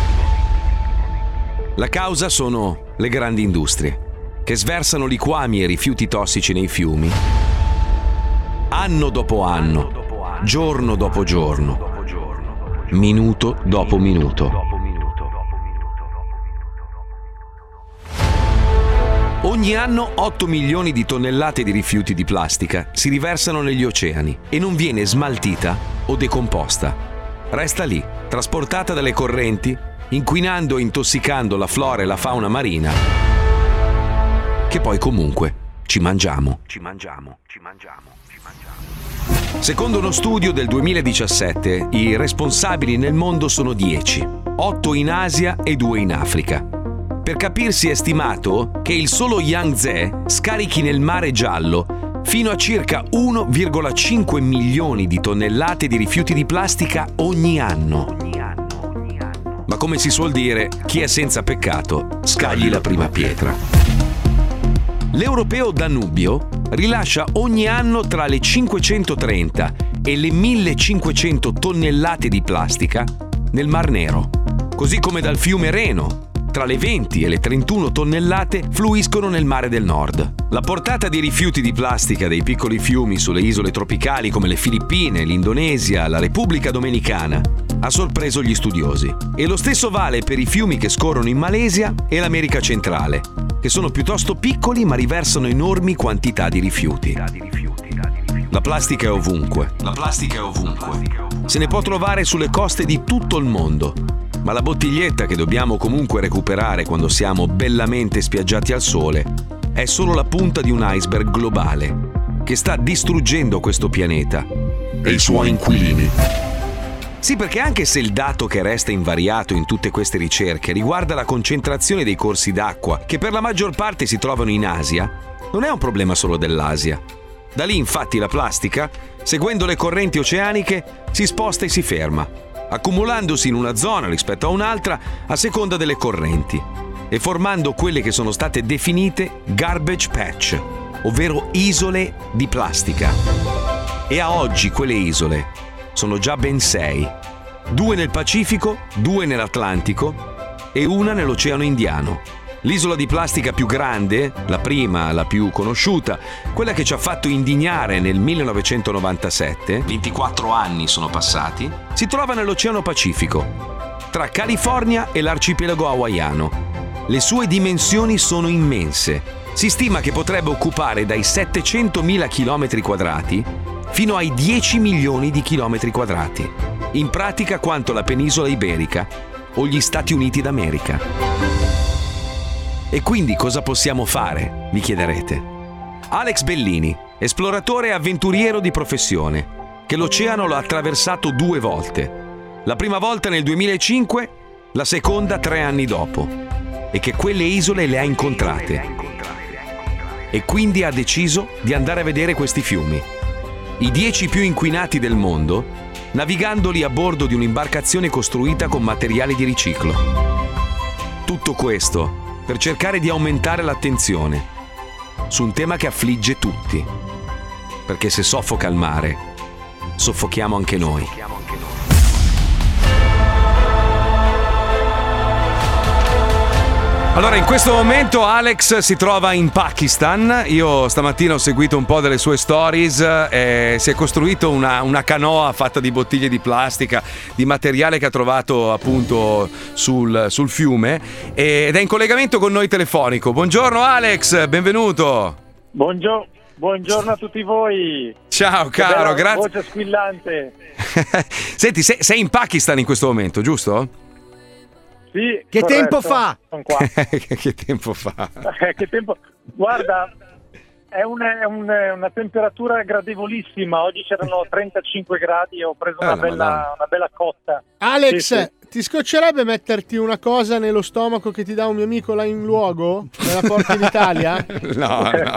La causa sono le grandi industrie, che sversano liquami e rifiuti tossici nei fiumi, anno dopo anno, giorno dopo giorno, minuto dopo minuto. Ogni anno otto milioni di tonnellate di rifiuti di plastica si riversano negli oceani e non viene smaltita o decomposta. Resta lì, trasportata dalle correnti, inquinando e intossicando la flora e la fauna marina, che poi comunque ci mangiamo. Ci mangiamo, ci mangiamo, ci mangiamo. Secondo uno studio del duemiladiciassette, i responsabili nel mondo sono dieci, otto in Asia e due in Africa. Per capirsi è stimato che il solo Yangtze scarichi nel mare Giallo fino a circa uno virgola cinque milioni di tonnellate di rifiuti di plastica ogni anno. Ma come si suol dire, chi è senza peccato scagli la prima pietra. L'europeo Danubio rilascia ogni anno tra le cinquecentotrenta e le millecinquecento tonnellate di plastica nel Mar Nero, così come dal fiume Reno. Tra le venti e le trentuno tonnellate fluiscono nel mare del nord. La portata di rifiuti di plastica dei piccoli fiumi sulle isole tropicali come le Filippine, l'Indonesia, la Repubblica Dominicana ha sorpreso gli studiosi. E lo stesso vale per i fiumi che scorrono in Malesia e l'America centrale, che sono piuttosto piccoli ma riversano enormi quantità di rifiuti. La plastica è ovunque. La plastica è ovunque. Se ne può trovare sulle coste di tutto il mondo. Ma la bottiglietta che dobbiamo comunque recuperare quando siamo bellamente spiaggiati al sole è solo la punta di un iceberg globale che sta distruggendo questo pianeta e i suoi inquilini. Sì, perché anche se il dato che resta invariato in tutte queste ricerche riguarda la concentrazione dei corsi d'acqua, che per la maggior parte si trovano in Asia, non è un problema solo dell'Asia. Da lì infatti la plastica, seguendo le correnti oceaniche, si sposta e si ferma, accumulandosi in una zona rispetto a un'altra a seconda delle correnti e formando quelle che sono state definite garbage patch, ovvero isole di plastica. E a oggi quelle isole sono già ben sei, due nel Pacifico, due nell'Atlantico e una nell'Oceano Indiano. L'isola di plastica più grande, la prima, la più conosciuta, quella che ci ha fatto indignare nel millenovecentonovantasette, ventiquattro anni sono passati, si trova nell'Oceano Pacifico, tra California e l'arcipelago hawaiano. Le sue dimensioni sono immense. Si stima che potrebbe occupare dai settecentomila chilometri quadrati fino ai dieci milioni di chilometri quadrati. In pratica quanto la penisola iberica o gli Stati Uniti d'America. E quindi cosa possiamo fare, mi chiederete? Alex Bellini, esploratore e avventuriero di professione, che l'oceano l'ha attraversato due volte. La prima volta nel duemilacinque, la seconda tre anni dopo. E che quelle isole le ha incontrate. E quindi ha deciso di andare a vedere questi fiumi, i dieci più inquinati del mondo, navigandoli a bordo di un'imbarcazione costruita con materiali di riciclo. Tutto questo per cercare di aumentare l'attenzione su un tema che affligge tutti. Perché se soffoca il mare, soffochiamo anche noi. Allora, in questo momento Alex si trova in Pakistan. Io stamattina ho seguito un po' delle sue stories. Eh, si è costruito una, una canoa fatta di bottiglie di plastica, di materiale che ha trovato appunto sul, sul fiume, ed è in collegamento con noi telefonico. Buongiorno Alex, benvenuto. Buongiorno, buongiorno a tutti voi. Ciao Che caro, bella grazie. Voce squillante. Senti, sei, sei in Pakistan in questo momento, giusto? Sì, Che corretto, tempo fa? Sono qua. Che tempo fa? Eh, che tempo? Guarda, è, un, è un, una temperatura gradevolissima. Oggi c'erano trentacinque gradi e ho preso una, Ah, la bella, Madonna. una bella cotta. Alex, Sì, sì. ti scoccerebbe metterti una cosa nello stomaco che ti dà un mio amico là in luogo? Nella Porta d'Italia? No, no.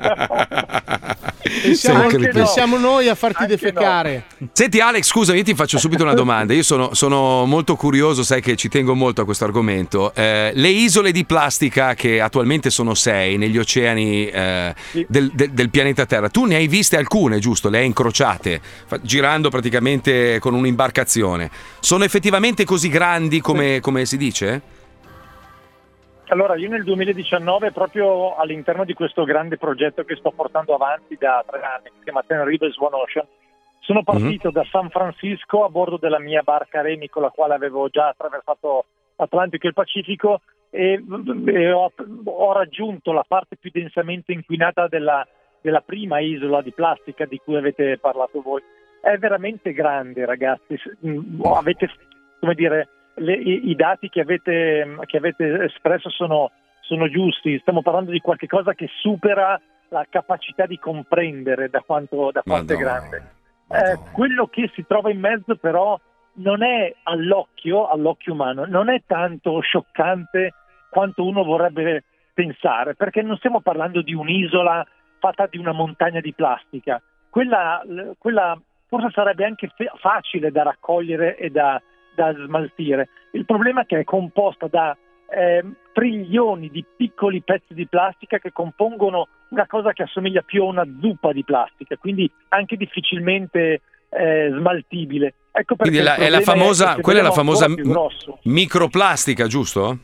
Pensiamo, Anche no. pensiamo noi a farti defecare. Senti Alex, scusami, io ti faccio subito una domanda. Io sono, sono molto curioso, sai che ci tengo molto a questo argomento. Eh, le isole di plastica, che attualmente sono sei negli oceani eh, del, del- del pianeta Terra, tu ne hai viste alcune, giusto? Le hai incrociate, fa- girando praticamente con un'imbarcazione. Sono effettivamente così grandi come, come si dice? Allora, io nel duemiladiciannove, proprio all'interno di questo grande progetto che sto portando avanti da tre anni, che si chiama Ten Rivers One Ocean, sono partito da San Francisco a bordo della mia barca Remi, con la quale avevo già attraversato l'Atlantico e il Pacifico, e, e ho, ho raggiunto la parte più densamente inquinata della, della prima isola di plastica di cui avete parlato voi. È veramente grande, ragazzi. Avete, come dire, le, i, i dati che avete, che avete espresso sono, sono giusti. Stiamo parlando di qualche cosa che supera la capacità di comprendere da quanto, da quanto è grande. Eh, quello che si trova in mezzo però non è all'occhio, all'occhio umano, non è tanto scioccante quanto uno vorrebbe pensare, perché non stiamo parlando di un'isola fatta di una montagna di plastica. Quella, quella forse sarebbe anche fe- facile da raccogliere e da, da smaltire. Il problema è che è composta da eh, trilioni di piccoli pezzi di plastica che compongono una cosa che assomiglia più a una zuppa di plastica, quindi anche difficilmente eh, smaltibile. Ecco perché Quindi la- il è la problema famosa, è che quella è la vogliamo famosa ancora più grosso. m- microplastica, giusto?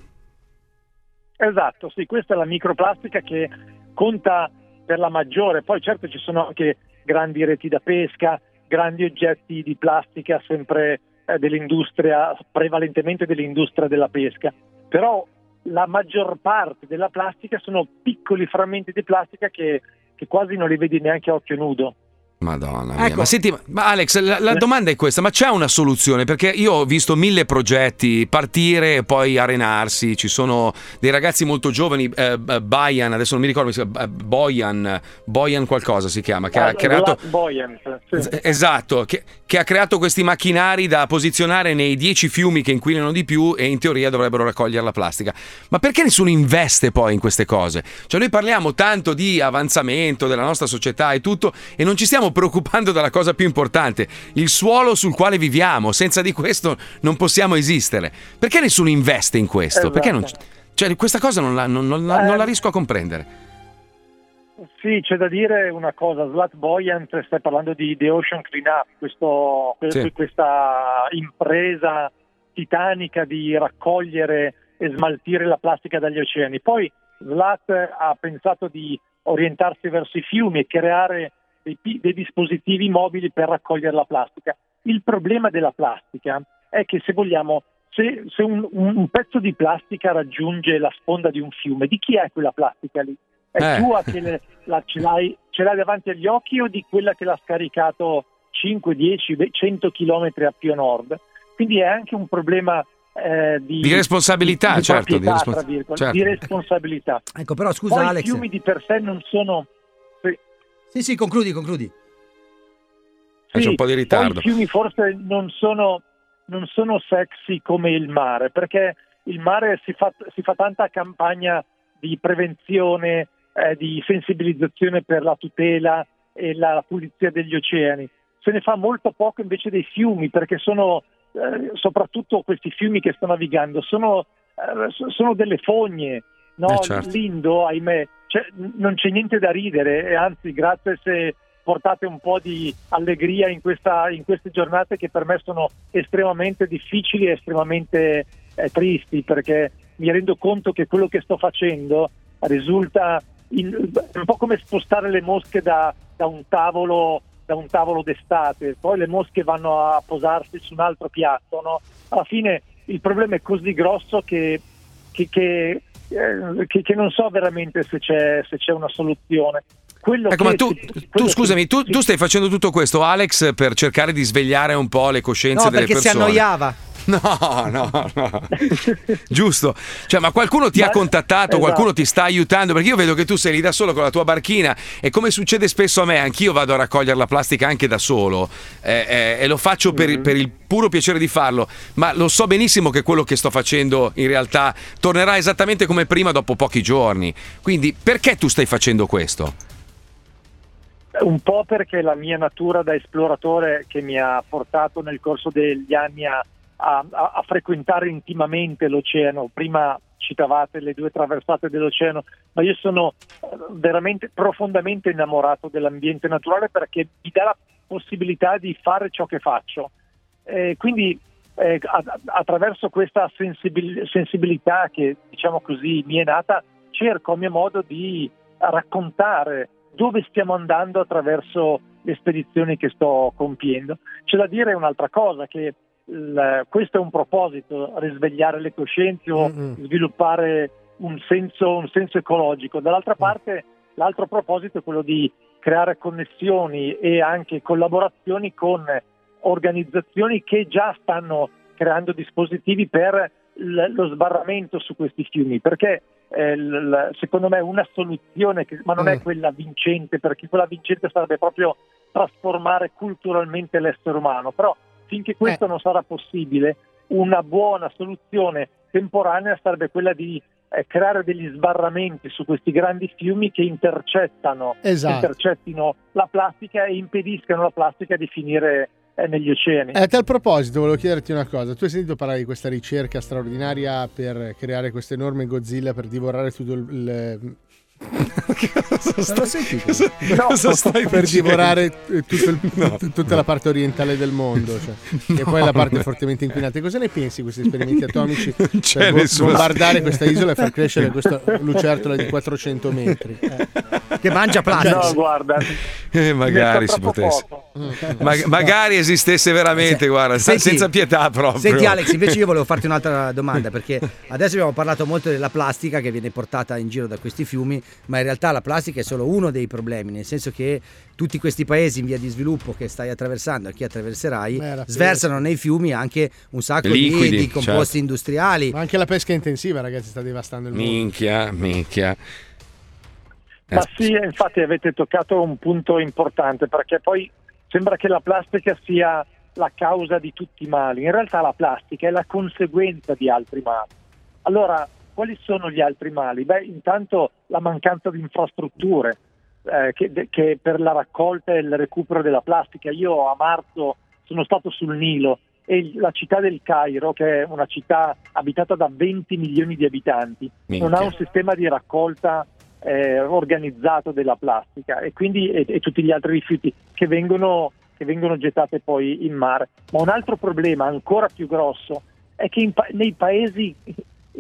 Esatto, sì, questa è la microplastica che conta per la maggiore. Poi certo ci sono anche grandi reti da pesca, grandi oggetti di plastica sempre eh, dell'industria, prevalentemente dell'industria della pesca, però la maggior parte della plastica sono piccoli frammenti di plastica che, che quasi non li vedi neanche a occhio nudo. Madonna mia. Ecco. Ma senti, ma- ma Alex, la, la domanda è questa: ma c'è una soluzione? Perché io ho visto mille progetti partire e poi arenarsi. Ci sono dei ragazzi molto giovani, eh, eh, Bayan, adesso non mi ricordo, si chiama, eh, Boyan, Boyan qualcosa si chiama, che Ah, ha creato... Vlad Boyan, sì. Esatto, che, che ha creato questi macchinari da posizionare nei dieci fiumi che inquinano di più e in teoria dovrebbero raccogliere la plastica. Ma perché nessuno investe poi in queste cose? Cioè noi parliamo tanto di avanzamento della nostra società e tutto, e non ci stiamo preoccupando della cosa più importante, il suolo sul quale viviamo. Senza di questo non possiamo esistere. Perché nessuno investe in questo? Esatto. Perché non, cioè questa cosa non la, non- non la- non la riesco a comprendere. Sì, c'è da dire una cosa, Zlat Boyan, stai parlando di The Ocean Cleanup, questo, Sì. questa impresa titanica di raccogliere e smaltire la plastica dagli oceani. Poi Zlat ha pensato di orientarsi verso i fiumi e creare dei, dei dispositivi mobili per raccogliere la plastica. Il problema della plastica è che, se vogliamo, se, se un, un pezzo di plastica raggiunge la sponda di un fiume, di chi è quella plastica lì? È Eh. tua che le- la, ce, l'hai, ce l'hai davanti agli occhi, o di quella che l'ha scaricato cinque, dieci, cento chilometri a più a nord? Quindi è anche un problema eh, di, Di responsabilità, di, di certo, di proprietà, respons- tra virgolette, certo. di responsabilità. Ecco, però scusa Poi Alex. i fiumi di per sé non sono... Sì. Sì, sì, concludi, concludi. C'è un po' di ritardo. Poi i fiumi forse non sono, non sono sexy come il mare, perché il mare si fa, si fa tanta campagna di prevenzione, eh, di sensibilizzazione per la tutela e la, la pulizia degli oceani. Se ne fa molto poco invece dei fiumi, perché sono eh, soprattutto questi fiumi che sto navigando sono, eh, so- sono delle fogne, no? Eh, certo. Lindo, ahimè, cioè, n- non c'è niente da ridere, e anzi, grazie se portate un po' di allegria in, questa, in queste giornate che per me sono estremamente difficili e estremamente eh, tristi, perché mi rendo conto che quello che sto facendo risulta in- un po' come spostare le mosche da, da un tavolo da un tavolo d'estate, poi le mosche vanno a posarsi su un altro piatto, no? Alla fine il problema è così grosso che, che, che, eh, che, che non so veramente se c'è, se c'è una soluzione. Quello Ecco, che ma tu, si- tu quello scusami, che- tu, tu stai facendo tutto questo, Alex, per cercare di svegliare un po' le coscienze No, delle perché si persone. annoiava. No, no, no. Giusto. Cioè, ma qualcuno ti ha contattato, esatto. qualcuno ti sta aiutando? Perché io vedo che tu sei lì da solo con la tua barchina, e come succede spesso a me, anch'io vado a raccogliere la plastica anche da solo, eh, eh, e lo faccio per, il- per il puro piacere di farlo, ma lo so benissimo che quello che sto facendo in realtà tornerà esattamente come prima dopo pochi giorni. Quindi perché tu stai facendo questo? Un po' perché la mia natura da esploratore, che mi ha portato nel corso degli anni a, a- a frequentare intimamente l'oceano. Prima citavate le due traversate dell'oceano, ma io sono eh, veramente profondamente innamorato dell'ambiente naturale, perché mi dà la possibilità di fare ciò che faccio. Eh, quindi eh, a- attraverso questa sensibil- sensibilità che, diciamo così, mi è nata, cerco a mio modo di raccontare dove stiamo andando attraverso le spedizioni che sto compiendo. C'è da dire un'altra cosa, che il- questo è un proposito, risvegliare le coscienze o Mm-mm. sviluppare un senso, un senso ecologico. Dall'altra parte, l'altro proposito è quello di creare connessioni e anche collaborazioni con organizzazioni che già stanno creando dispositivi per l- lo sbarramento su questi fiumi, perché eh, l- l- secondo me una soluzione, che, ma non è Mm. quella vincente, perché quella vincente sarebbe proprio trasformare culturalmente l'essere umano, però finché questo non sarà possibile, una buona soluzione temporanea sarebbe quella di eh, creare degli sbarramenti su questi grandi fiumi che intercettano, Esatto. intercettino la plastica e impediscano alla plastica di finire eh, negli oceani. Eh, a tal proposito, volevo chiederti una cosa. Tu hai sentito parlare di questa ricerca straordinaria per creare questo enorme Godzilla per divorare tutto il... il... Non l'ho sentito. No, Cosa stai per dicendo? divorare eh, tutto il- No. t- tutta la parte orientale del mondo, cioè, che poi è la parte fortemente inquinata. Cosa ne pensi di questi esperimenti atomici Non c'è per bo- nessuno- bombardare questa isola e far crescere questa lucertola di quattrocento metri? Eh. Che mangia plastica. No, guarda, Eh, magari si troppo potesse. poco. Ma- magari esistesse veramente, guarda, Senti- senza pietà proprio. Senti Alex, invece io volevo farti un'altra domanda, perché adesso abbiamo parlato molto della plastica che viene portata in giro da questi fiumi, ma in realtà la plastica è solo uno dei problemi, nel senso che tutti questi paesi in via di sviluppo che stai attraversando e che attraverserai Beh, la sversano nei fiumi anche un sacco di- Liquidi, di, composti certo. industriali. Ma anche la pesca intensiva, ragazzi, sta devastando il mondo. Minchia, minchia. Ma sì, infatti avete toccato un punto importante, perché poi sembra che la plastica sia la causa di tutti i mali. In realtà la plastica è la conseguenza di altri mali. Allora, quali sono gli altri mali? Beh, intanto la mancanza di infrastrutture eh, che, che per la raccolta e il recupero della plastica. Io a marzo sono stato sul Nilo, e la città del Cairo, che è una città abitata da venti milioni di abitanti, Minchia. non ha un sistema di raccolta eh, organizzato della plastica, e quindi e, e tutti gli altri rifiuti che vengono, che vengono gettate poi in mare. Ma un altro problema ancora più grosso è che in pa- nei paesi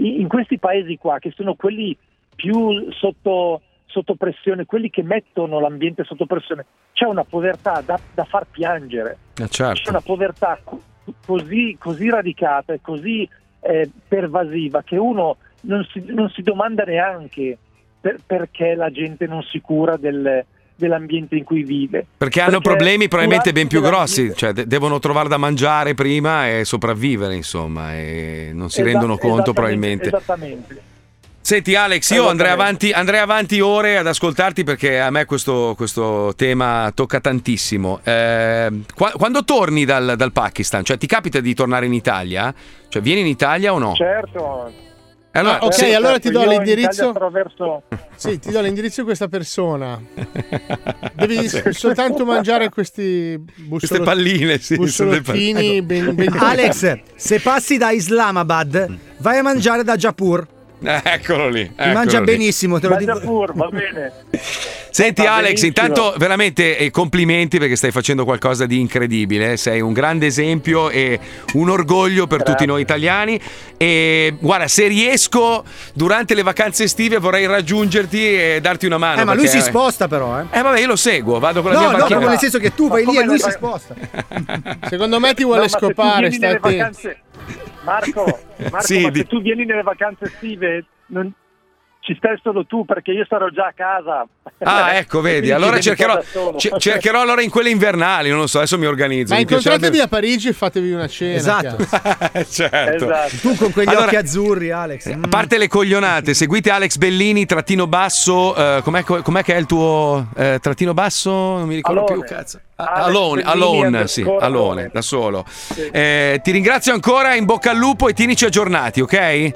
in questi paesi qua, che sono quelli più sotto, sotto pressione, quelli che mettono l'ambiente sotto pressione, c'è una povertà da, da far piangere. Eh, certo. C'è una povertà co- così, così radicata e così eh, pervasiva che uno non si, non si domanda neanche per, perché la gente non si cura del, dell'ambiente in cui vive. Perché hanno Perché problemi probabilmente ben più curarsi grossi, cioè de- devono trovare da mangiare prima e sopravvivere, insomma, e non si Esa- rendono conto esattamente, probabilmente. Esattamente. Senti Alex, io andrei avanti, andrei avanti ore ad ascoltarti perché a me questo, questo tema tocca tantissimo. Eh, qua- quando torni dal, dal Pakistan, cioè ti capita di tornare in Italia? Cioè vieni in Italia o no? Certo. Allora, Ah, ok, certo, allora ti do io in l'indirizzo. Italia attraverso... Sì, ti do l'indirizzo di questa persona. Devi soltanto mangiare questi bussolot- Queste palline, sì, sono dei bussolottini ben, ben- Alex, se passi da Islamabad, vai a mangiare da Jaipur. Eh, eccolo lì. Si mangia eccolo lì. benissimo, te lo Da dico. Jaipur, va bene. Senti Va Alex, benissimo. intanto veramente eh, complimenti perché stai facendo qualcosa di incredibile, sei un grande esempio e un orgoglio per tutti noi italiani e guarda, se riesco durante le vacanze estive vorrei raggiungerti e darti una mano. Eh, ma lui perché- si sposta però, eh. Eh vabbè, io lo seguo, vado con la No, mia no, macchina. proprio nel senso che tu Ma vai lì come e lui le si va- sposta. Secondo me ti vuole No, ma se tu scopare, vieni stai nelle attento. vacanze... Marco, Marco Sì, ma di- se tu vieni nelle vacanze estive non... ci stai solo tu perché io sarò già a casa. Ah, ecco, vedi, Quindi allora ci vedi cercherò, da solo. ce- cercherò allora in quelle invernali, non lo so, adesso mi organizzo. Ma mi piacerebbe- incontratevi a Parigi e fatevi una cena. Esatto. cazzo. certo. Esatto. Tu con quegli Allora- occhi azzurri, Alex. A parte le coglionate, seguite Alex Bellini, trattino basso, eh, com'è, com'è che è il tuo eh, trattino basso? Non mi ricordo Alone. più, cazzo. A- Alex Alone, Bellini Alone, underscore sì, Alone, Alone. da solo. Eh, ti ringrazio ancora, in bocca al lupo e tienici aggiornati, ok?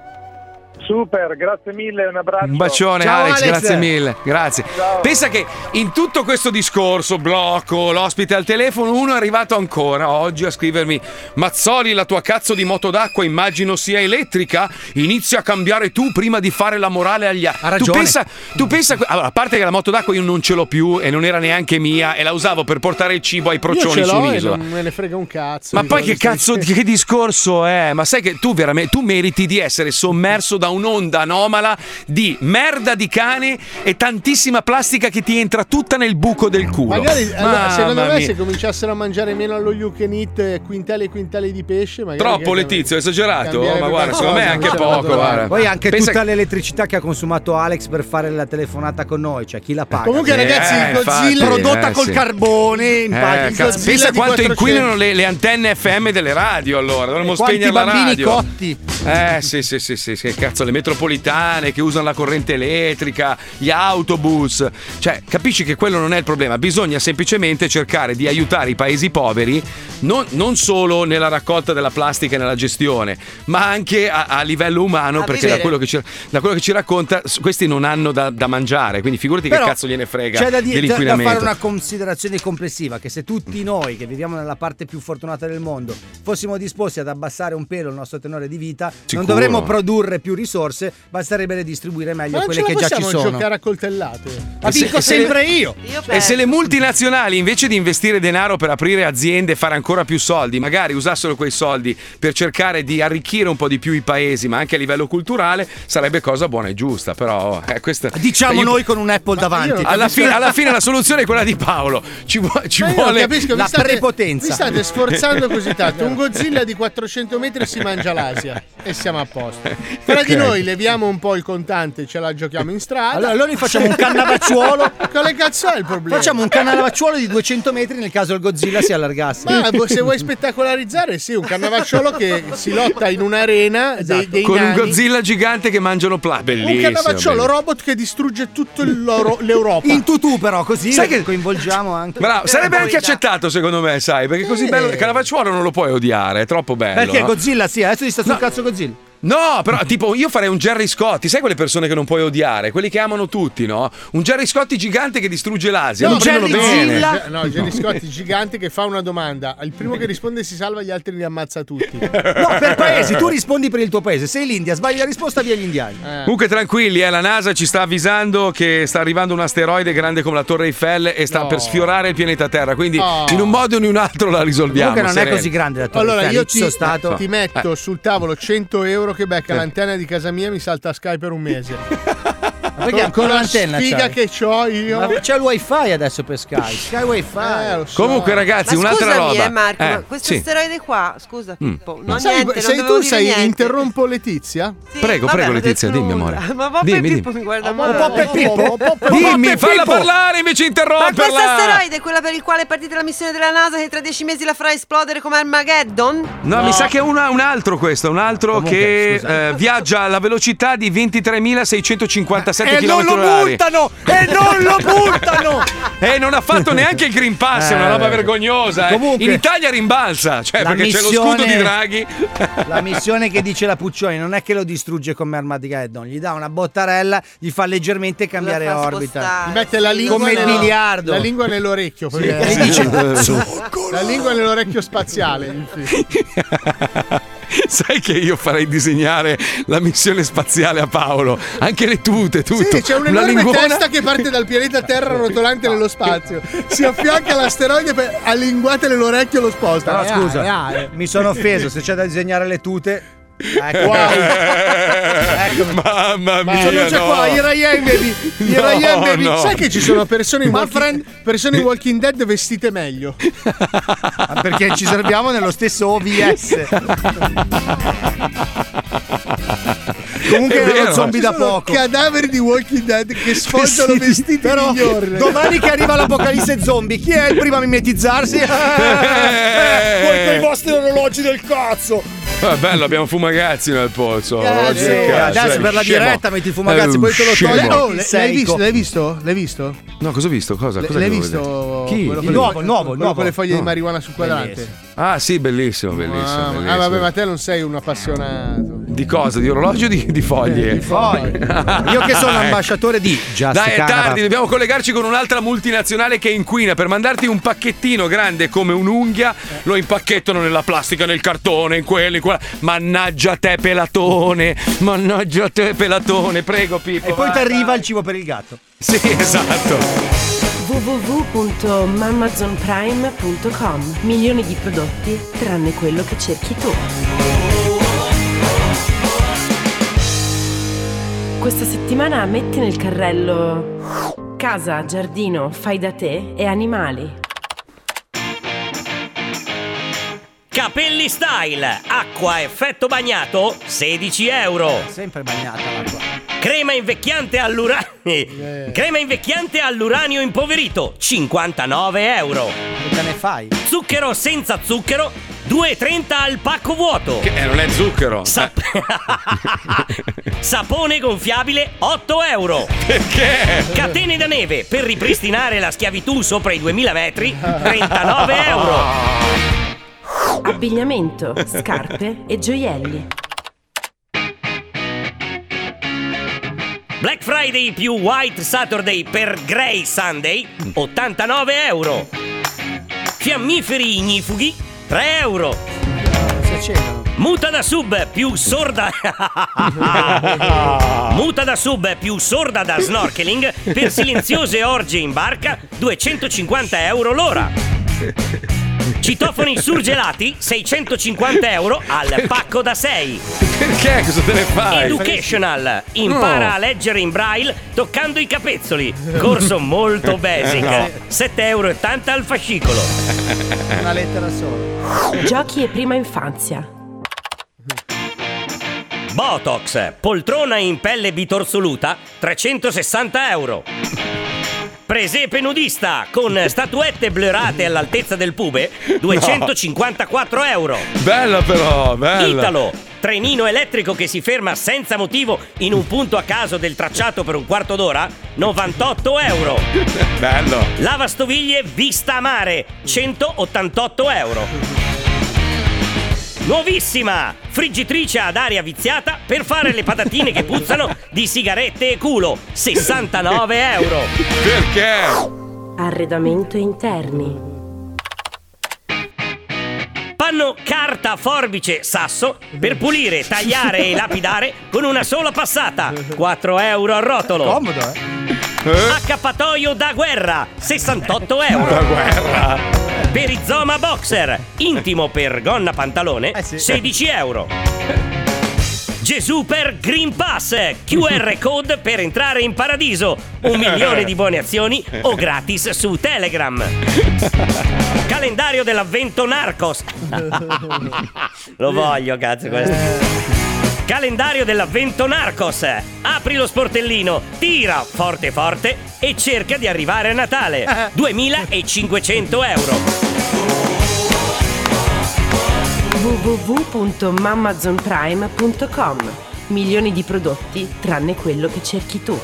Super, grazie mille, un abbraccio. Un bacione Ciao, Alex, Alex. grazie mille, grazie. Ciao. Pensa che in tutto questo discorso, blocco, l'ospite al telefono, uno è arrivato ancora oggi a scrivermi: Mazzoli, la tua cazzo di moto d'acqua immagino sia elettrica, inizia a cambiare tu prima di fare la morale agli altri. Ha ragione. Tu pensa, tu pensa, allora, a parte che la moto d'acqua io non ce l'ho più e non era neanche mia e la usavo per portare il cibo ai Io procioni ce su l'ho e un'isola. non me ne frega un cazzo. Ma di poi quello che stai cazzo di dicendo. che discorso è? Ma sai che tu veramente tu meriti di essere sommerso da un'onda anomala di merda di cane e tantissima plastica che ti entra tutta nel buco del culo. Magari, allora, Mamma secondo me, mia. se cominciassero a mangiare meno allo you can eat, eh, quintali e quintali di pesce, magari. Troppo che- Letizio, è esagerato? cambierebbe Ma guarda, qualcosa, secondo me è anche non so, poco, guarda. Poi anche Pensa tutta che- l'elettricità che ha consumato Alex per fare la telefonata con noi, cioè chi la paga? Comunque, Eh, ragazzi, il infatti, Godzilla prodotta eh, col sì. carbone in Eh, paga. il cazzo, Godzilla pensa di quanto quattrocento. inquinano le, le antenne F M delle radio, allora dovremmo Quanti spegnere la bambini radio. cotti. Eh sì sì sì sì, sì, cazzo, le metropolitane che usano la corrente elettrica, gli autobus, cioè capisci che quello non è il problema, bisogna semplicemente cercare di aiutare i paesi poveri non, non solo nella raccolta della plastica e nella gestione, ma anche a, a livello umano, A perché vivere. da quello, che ci, da quello che ci racconta s- questi non hanno da, da mangiare, quindi figurati Però che cazzo gliene frega c'è da, di- da- da dell'inquinamento. fare una considerazione complessiva, che se tutti noi che viviamo nella parte più fortunata del mondo fossimo disposti ad abbassare un pelo il nostro tenore di vita, Sicuro. non dovremmo produrre più risorse, basterebbe distribuire meglio Ma non quelle ce che la già ci possiamo sono. giocare a coltellate? Ma E se- vinco e se- sempre io. Io E se penso. le multinazionali invece di investire denaro per aprire aziende e fare ancora più soldi, magari usassero quei soldi per cercare di arricchire un po' di più i paesi, ma anche a livello culturale, sarebbe cosa buona e giusta. Però eh, questa, Diciamo io- noi con un Apple davanti. io- alla, fine, alla fine la soluzione è quella di Paolo. Ci, vu- ci Ma io non vuole capisco, la vi state, prepotenza. vi state sforzando così tanto. Un Godzilla di quattrocento metri si mangia l'Asia e siamo a posto. Fra Ok. di noi leviamo un po' il contante, ce la giochiamo in strada. Allora, allora noi facciamo un cannavacciuolo. Quale cazzo è il problema? Facciamo un cannavacciuolo di duecento metri nel caso il Godzilla si allargasse. Ma se vuoi spettacolarizzare, sì, un cannavacciolo che si lotta in un'arena dei, dei con un nani. Godzilla gigante che mangiano pla. Bellissimo. Un cannavacciolo bellissimo. robot che distrugge tutta l'Europa. In tutù però, così Sai che- coinvolgiamo anche. Bravo, sarebbe anche Poi già- accettato secondo me, sai, perché così Sì. bello. Il Cannavacciuolo non lo puoi odiare, è troppo bello. Perché no? Godzilla sì, adesso ti sta sul cazzo Godzilla. No, però tipo io farei un Gerry Scotti, sai quelle persone che non puoi odiare, quelli che amano tutti, no? Un Gerry Scotti gigante che distrugge l'Asia, No, non prendono Jerry bene. Zilla. No, Jerry Scotti gigante che fa una domanda. Il primo che risponde si salva, gli altri li ammazza tutti. No, per paesi, tu rispondi per il tuo paese. Sei l'India, sbagli la risposta, via gli indiani. Eh. Comunque tranquilli, eh, la NASA ci sta avvisando che sta arrivando un asteroide grande come la Torre Eiffel e sta No. per sfiorare il pianeta Terra, quindi No. in un modo o in un altro la risolviamo. Comunque non è sereni. così grande la Torre Allora Eiffel, io ipso ti, stato. ti metto sul tavolo cento euro che becca l'antenna di casa mia mi salta Sky per un mese. Ma perché con, con la l'antenna sfiga c'hai? che c'ho io. Ma c'è il wifi adesso per Sky. Sky wifi. Eh, lo so. Comunque, ragazzi, Ma un'altra scusami, roba. eh, Marco, Eh, ma questo sì. steroide qua, scusa Pippo, non Sai, niente, sei non tu, dovevo dire sai, niente. interrompo Letizia? Sì, Prego, vabbè, prego, non ho Letizia, detto dimmi, nulla. amore. Ma Poppe Dimmi, Pippo dimmi. mi guarda Ah, male. Poppe Pippo, Poppe Dimmi, Pippo. falla parlare invece Ma interromperla. questo asteroide è quella per il quale è partita la missione della NASA che tra dieci mesi la farà esplodere come Armageddon? No, mi sa che è una- un altro questo, un altro Comunque, che scusa. eh, viaggia alla velocità di ventitremilaseicentocinquantasette E non km lo orari. buttano! E non lo buttano! E non ha fatto neanche il Green Pass, è una Eh, roba vergognosa. eh. comunque, in Italia rimbalza, cioè la perché c'è lo missione- scudo di Draghi. La missione che dice la Puccioni non è che lo distrugge come Armageddon, gli dà una bottarella, gli fa leggermente cambiare fa orbita. spostare. Gli mette la lingua Come il nella- biliardo. La lingua nell'orecchio. Sì, perché- e dice, la lingua nell'orecchio spaziale. Sai che io farei disegnare la missione spaziale a Paolo, anche le tute, tutto. Sì, c'è Una un'enorme linguona. testa che parte dal pianeta Terra rotolante nello spazio. Si affianca all'asteroide per a linguate nell'orecchio lo sposta. Però Eh, scusa, eh, eh. mi sono offeso, se c'è da disegnare le tute. Ecco. Wow. Eccomi. Mamma Ma mia, sono già no. qua, i Ryan Baby. I No, Ryan Baby. no. Sai che ci sono persone in, Ma walking, friend- persone in Walking Dead vestite meglio? Ah, perché ci serviamo nello stesso O V S. Comunque È era vero. lo zombie Ci da sono poco. cadaveri di Walking Dead che sfoggiano Vestiti- vestiti però migliori. domani che arriva l'apocalisse zombie, chi è il primo a mimetizzarsi? Eh, voi con i vostri orologi del cazzo. Ah, bello, abbiamo Fumagazzi nel polso. Eh, Orologi sì, del cazzo, adesso eh, per la scemo. diretta metti il Fumagazzi, Eh, poi te lo scemo. togli. Oh, l'hai, Sei l'hai visto? co- L'hai visto? L'hai visto? No, cosa ho visto? Cosa? cosa L'hai devo visto? vedere? Chi? Quello Chi? con Il le- nuovo, il nuovo, il quello nuovo. con le foglie No. di marijuana sul quadrante. Bellissimo. Ah, sì, bellissimo, bellissimo. Ah, bellissimo. ah, vabbè, ma te non sei un appassionato. Di cosa? Di orologi o di, di foglie? Di foglie. Io che sono ambasciatore di Just Dai, è Canada. tardi, dobbiamo collegarci con un'altra multinazionale che inquina. Per mandarti un pacchettino grande come un'unghia, lo impacchettano nella plastica, nel cartone, in quello, in quella. Mannaggia te, pelatone! Mannaggia te, pelatone! Prego, Pippo. E poi vai, ti arriva vai. il cibo per il gatto. Sì, esatto. w w w punto amazon prime punto com. Milioni di prodotti tranne quello che cerchi tu. Questa settimana metti nel carrello casa, giardino, fai da te e animali. Capelli Style, acqua effetto bagnato, sedici euro. Sempre bagnata l'acqua. Crema invecchiante all'uranio. Crema invecchiante all'uranio impoverito, cinquantanove euro. Che te ne fai? Zucchero senza zucchero, due e trenta al pacco vuoto. Che eh, non è zucchero. Sap- Sapone gonfiabile, otto euro. Perché? Catene da neve per ripristinare la schiavitù sopra i duemila metri, trentanove euro. Abbigliamento, scarpe e gioielli. Black Friday più White Saturday per Grey Sunday, ottantanove euro. Fiammiferi ignifughi, tre euro. Si accendono. Muta da sub più sorda. Muta da sub più sorda da snorkeling per silenziose orge in barca, duecentocinquanta euro l'ora. Citofoni surgelati, seicentocinquanta euro al pacco da sei. Perché? Cosa te ne fai? Educational, impara No. a leggere in braille toccando i capezzoli. Corso molto basic, No. sette euro e ottanta al fascicolo. Una lettera sola. Giochi e prima infanzia. Botox, poltrona in pelle bitorsoluta, trecentosessanta euro. Presepe nudista con statuette blurate all'altezza del pube, duecentocinquantaquattro euro. Bella però, bella. Italo, trenino elettrico che si ferma senza motivo in un punto a caso del tracciato per un quarto d'ora, novantotto euro. Bello. Lavastoviglie vista a mare, centottantotto euro. Nuovissima! Friggitrice ad aria viziata per fare le patatine che puzzano di sigarette e culo, sessantanove euro. Perché? Arredamento interni. Panno carta, forbice, sasso per pulire, tagliare e lapidare con una sola passata, quattro euro al rotolo. Comodo, eh? Accappatoio da guerra, sessantotto euro. Da guerra. Perizoma boxer, intimo per gonna pantalone, Eh sì. sedici euro. Gesù per Green Pass, Q R code per entrare in paradiso, un milione di buone azioni o gratis su Telegram. Calendario dell'avvento Narcos. Lo voglio, cazzo, questo. Calendario dell'avvento Narcos. Apri lo sportellino, tira forte forte e cerca di arrivare a Natale. duemilacinquecento euro. w w w punto mamazon prime punto com. Milioni di prodotti tranne quello che cerchi tu.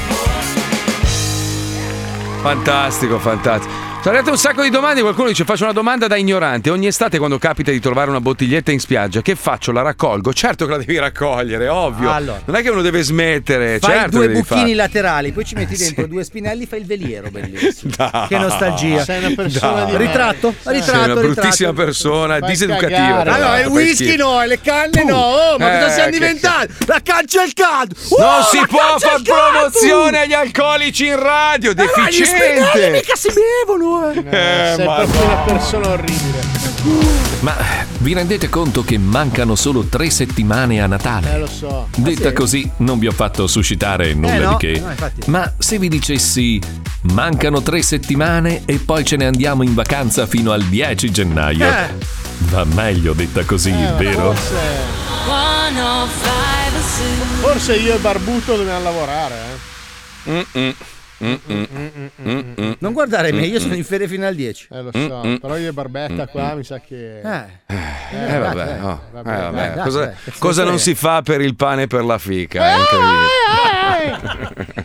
Fantastico, fantastico. Sono arrivate un sacco di domande. Qualcuno dice: faccio una domanda da ignorante. Ogni estate, quando capita di trovare una bottiglietta in spiaggia, che faccio? La raccolgo? Certo che la devi raccogliere, ovvio. Allora. Non è che uno deve smettere. Fai certo due che devi buchini fare. laterali, poi ci metti dentro Sì. due spinelli, fai il veliero, bellissimo. No. Che nostalgia. Sei una persona Dai. di Ritratto, Sei ritratto, Sei una ritratto. bruttissima persona, Fai diseducativa. cagare. tra Allora, l'altro, il fai whisky schifo. no, e le canne Tu. no. Oh, ma cosa Eh, siamo che diventati? La cancia al caldo. Non Oh, si la può cancia far al caldo! promozione agli alcolici in radio, Eh, ma gli spinelli deficiente. mica si bevono, eh. Eh, Sei ma proprio no. una persona orribile. Ma vi rendete conto che mancano solo tre settimane a Natale? Eh, lo so. Detta Ah, sì? così non vi ho fatto suscitare nulla Eh, no, di che. no, infatti. Ma se vi dicessi mancano tre settimane e poi ce ne andiamo in vacanza fino al dieci gennaio. Eh. Va meglio detta così, Eh, ma vero? Forse... forse io e Barbuto dobbiamo lavorare, eh. Mm-mm. Mm-mm. Mm-mm. Non guardare me, io sono in ferie fino al dieci. Eh, lo so, Mm-mm. però io e Barbetta qua mi sa che... Eh. Eh vabbè, dai, no. vabbè, Eh, vabbè. dai, dai, cosa, dai, che cosa non frega. si fa per il pane e per la fica? È incredibile.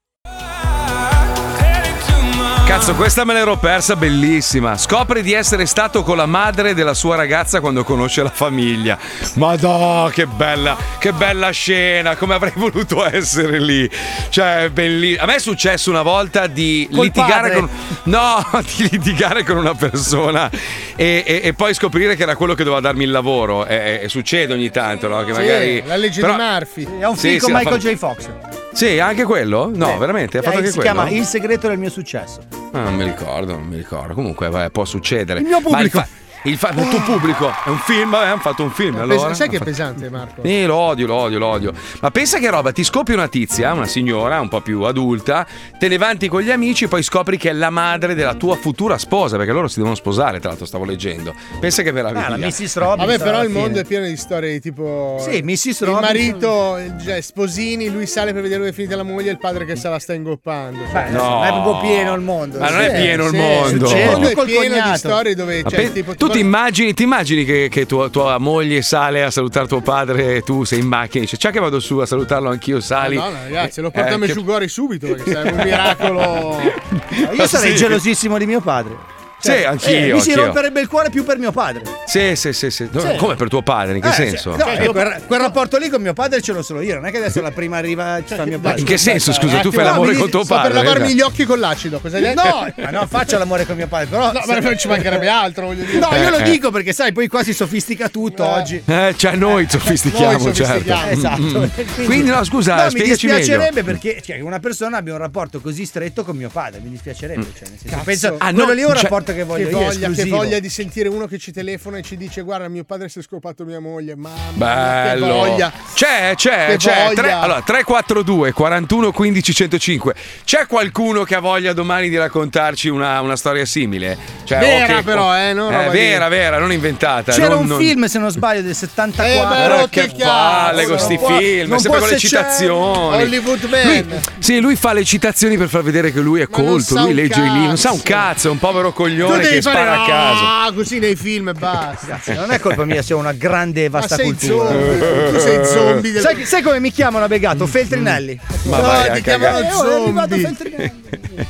Cazzo, questa me l'ero persa, bellissima. Scopre di essere stato con la madre della sua ragazza quando conosce la famiglia. Madò, che bella, che bella scena, come avrei voluto essere lì. Cioè, bellissimo. A me è successo una volta di Col litigare padre. con No, di litigare con una persona e, e- e poi scoprire che era quello che doveva darmi il lavoro. E, e succede ogni tanto, no? Che Sì, magari la legge Però- di Murphy. È un film Sì, con sì, ha Michael fatto- J. Fox. Sì, anche quello? No, Sì. veramente, ha fatto Eh, anche si quello. chiama Il segreto del mio successo. Ah, non mi ricordo, non mi ricordo. Comunque, vabbè, può succedere. Il mio Ma il, pubblico. fa- il, fa- il tuo pubblico è un film, vabbè, hanno fatto un film. Pes- allora sai che è Hanno fatto- pesante, Marco? Sì, lo odio, lo odio, lo odio. Ma pensa che roba, ti scopri una tizia, una signora un po' più adulta, te ne vanti con gli amici, poi scopri che è la madre della tua futura sposa, perché loro si devono sposare, tra l'altro stavo leggendo. Pensa che meraviglia. Ah, la missus Robinson. Vabbè, però alla il mondo fine. è pieno di storie di tipo. Sì, missus Il Robinson. marito, cioè, sposini, lui sale per vedere dove è finita la moglie e il padre che se la sta ingoppando. Beh, No. non è proprio pieno il mondo. Ma non è Sì, pieno il sì, mondo. Il mondo è Col pieno di cognato. storie dove. Ma Cioè, pe- tipo, tu ti immagini, ti immagini che, che tua, tua moglie sale a salutare tuo padre e tu sei in macchina e dice ciao che vado su a salutarlo anch'io, sali. No, no, ragazzi, lo Eh, porta a che- Mesciugori subito perché sarebbe un miracolo. Io sarei Sì. gelosissimo di mio padre. Sì, anch'io, Eh, mi si anch'io. romperebbe il cuore più per mio padre. Sì, sì, sì, sì. No, Sì. come per tuo padre? In che Eh, senso? sì. No, eh, quel, quel rapporto lì con mio padre ce l'ho solo io. Non è che adesso la prima arriva ci fa mio padre. In che senso, scusa, Un tu attimo, fai no, l'amore mi con dici- tuo sto padre? per lavarmi eh? gli occhi con l'acido. Cosa hai detto? No, ma non faccio l'amore con mio padre, però. No, ma non ci mancherebbe altro, voglio dire. No, io lo Eh, dico perché sai, poi qua si sofistica tutto oggi. Eh, cioè noi sofistichiamo, Noi sofistichiamo, certo. Esatto. Mm, mm. Quindi, Quindi no, scusa, no, mi spiegaci meglio. dispiacerebbe perché cioè, che una persona abbia un rapporto così stretto con mio padre. Mi dispiacerebbe. Cioè, nel senso, Cazzo. penso, Ah, quello no, lì è un cioè- rapporto che voglio Che io, voglia, che esclusivo. voglia di sentire uno che ci telefona e ci dice guarda mio padre si è scopato mia moglie, mamma mia, che Bello. voglia. C'è, c'è, Che c'è. voglia. Tre, allora, tre quattro due quarantuno quindici centocinque. C'è qualcuno che ha voglia domani di raccontarci una, una storia simile? Cioè, Vera ok, però, eh, non roba di- vera, vera, non inventata. C'era non- un non- film, se non sbaglio, del settantaquattro. Eh, beh, Ah, rotte che il cazzo, palle con non sti può- film, non sempre può con le se c'è citazioni. Hollywood Man. Lui, sì, lui fa le citazioni per far vedere che lui è Ma non colto, sa lui un legge i libri, non sa un cazzo. cazzo, è un povero Tu coglione devi che fare spara a caso. ah, così nei film e basta. Non è colpa mia se ho una grande e Ma vasta sei cultura. zombie, tu sei zombie del... Sai, sai come mi chiamano a Begato? Feltrinelli. Ma No, vai a ti chiamano cagare. Eh, oh, è arrivato zombie. Feltrinelli.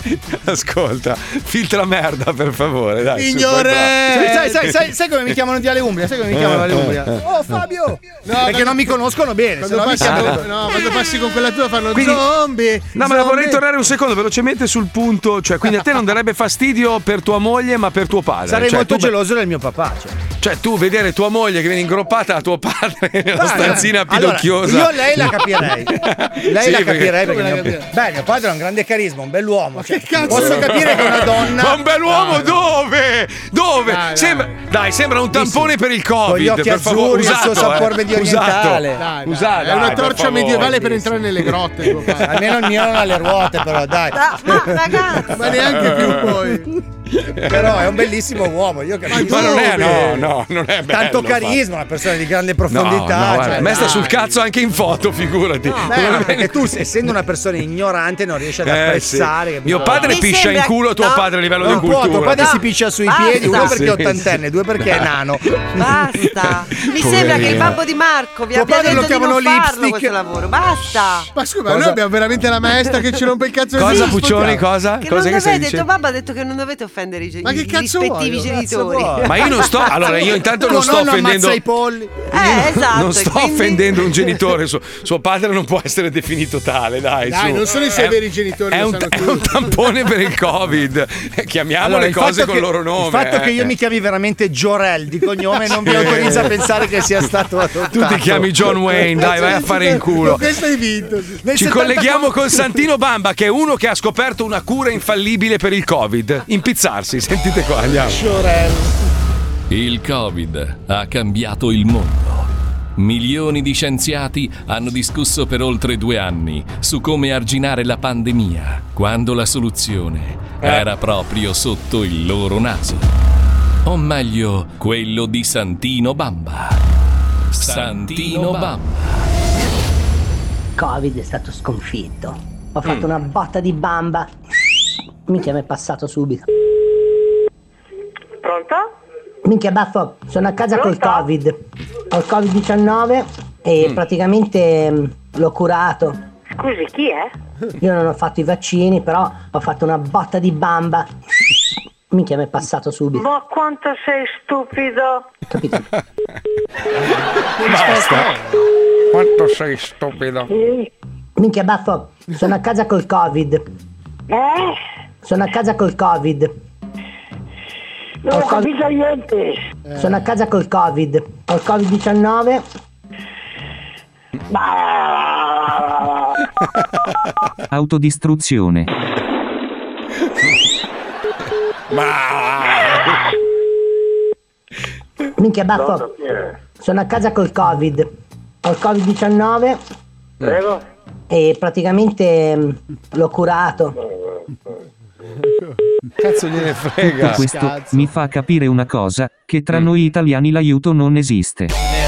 Ascolta, filtra merda per favore, dai. su, Signore! vai, Sai, sai, sai, sai, sai come mi chiamano di Ale Umbria? Sai come mi chiamano di Ale Umbria? Eh, eh. Oh Fabio! No, Perché quando- non mi conoscono bene. Se Quando no mi passi, chiamano. con, no, quando passi con quella tua fanno Quindi- zombie. No, ma la vorrei zombie. tornare un secondo velocemente sul punto. Cioè, quindi a te non darebbe fastidio per tua moglie, ma per tuo padre. Sarei Cioè, molto tu- geloso del mio papà. Cioè. Cioè, tu vedere tua moglie che viene ingroppata da tuo padre nella Guarda, stanzina allora, pidocchiosa. io lei la capirei. Lei Sì, la perché- capirei perché, Come la mio... capirei? Beh, mio padre ha un grande carisma, un bell'uomo. Cioè, cazzo posso è? capire che una donna. Ma un bell'uomo No, no. dove? Dove? Dai, sembra, dai, sembra un tampone per il Covid. Con gli occhi per favore, azzurri, il suo usato, sapore eh. medio orientale. Usato. Dai, dai, Usato, è una dai, per torcia favore. medievale per entrare nelle grotte. tuo padre. Almeno il mio non ha le ruote, però, dai. Ah, ma ragazzi, Ma neanche più poi. Però è un bellissimo uomo. Io capisco. Ma non è, no, no, non è bello. Tanto fa- carisma, una persona di grande No, profondità. no, guarda, cioè, a me sta dai. sul cazzo anche in foto, figurati. Beh, ma perché tu, essendo una persona ignorante, non riesci ad Eh, apprezzare. sì. che- Mio padre Mi piscia sembra- in culo tuo no. padre a livello Non di può, cultura. tuo padre No. si piscia sui Basta. piedi, uno perché è Sì, ottantenne, due perché è nano. basta. Mi Poverino. sembra che il babbo di Marco vi Tuo abbia padre lo detto di chiamano non farlo lipstick. questo lavoro. Basta. Ma scusa, ma noi abbiamo veramente la maestra che ci rompe il cazzo. Cosa, Sì, Puccioni? ascoltiamo. Cosa? Che Cosa non che stai dovete, tuo dicendo? babbo ha detto che non dovete offendere i, Ma che i cazzo rispettivi vuoi? genitori. Cazzo vuoi? Ma io non sto. Allora, io intanto non Tuo sto nonno offendendo. ammazza i polli. Eh, esatto. Non sto quindi- offendendo un genitore. Suo, suo padre non può essere definito tale, dai. Dai, su. non sono i È- severi genitori, È lo un, sanno è tutti. un tampone per il Covid. Chiamiamo Allora, le il cose fatto con che- il loro nome. Il fatto eh. che io mi chiami veramente Jorel di cognome non mi Sì. autorizza a pensare che sia stato adottato. Tu ti chiami John Wayne, dai, vai a fare in culo. Con questo hai vinto. Nel Ci settanta colleghiamo con Santino Bamba, che è uno che ha scoperto una cura infallibile per il Covid. Impizzarsi, sentite qua, andiamo. Jorel. Il Covid ha cambiato il mondo. Milioni di scienziati hanno discusso per oltre due anni su come arginare la pandemia, quando la soluzione era proprio sotto il loro naso. O meglio, quello di Santino Bamba. Santino Bamba. Covid è stato sconfitto. Ho fatto una botta di bamba. Minchia, mi è passato subito. Pronto? Minchia, baffo, sono a casa col Pronto? Covid. Ho il covid diciannove e praticamente mh, l'ho curato. Scusi, chi è? Io non ho fatto i vaccini, però ho fatto una botta di bamba. Minchia, mi è passato subito. Ma quanto sei stupido? Capito? Basta. Quanto sei stupido. Minchia, baffo, sono a casa col Covid. Eh? Sono a casa col Covid. Non ho capito niente. Sono a casa col Covid. Ho il covid diciannove. Autodistruzione. Minchia, baffo, sono a casa col Covid. Ho il covid diciannove. Prego? E praticamente mh, l'ho curato. Cazzo gliene frega. Questo mi fa capire una cosa, che tra noi italiani l'aiuto non esiste.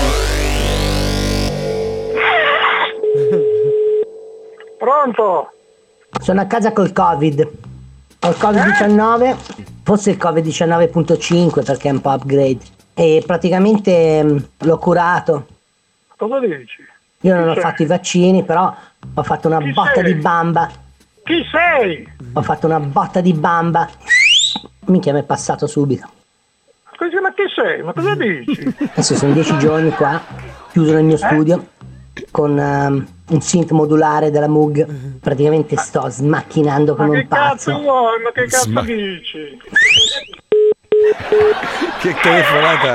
Pronto? Sono a casa col Covid. Ho il covid diciannove. Forse il covid diciannove punto cinque perché è un po' upgrade. E praticamente mh, l'ho curato. Cosa dici? Io non Chi ho sei? fatto i vaccini, però ho fatto una Chi botta sei? di bamba. Chi sei? Ho fatto una botta di bamba. Minchia, mi è passato subito. Scusi, ma chi sei? Ma cosa dici? Adesso sono dieci giorni qua, chiuso nel mio studio, con um, un synth modulare della Moog. Praticamente sto smacchinando Ma come che un cazzo pazzo. vuoi? Ma che cazzo Sma- dici? Che telefonata.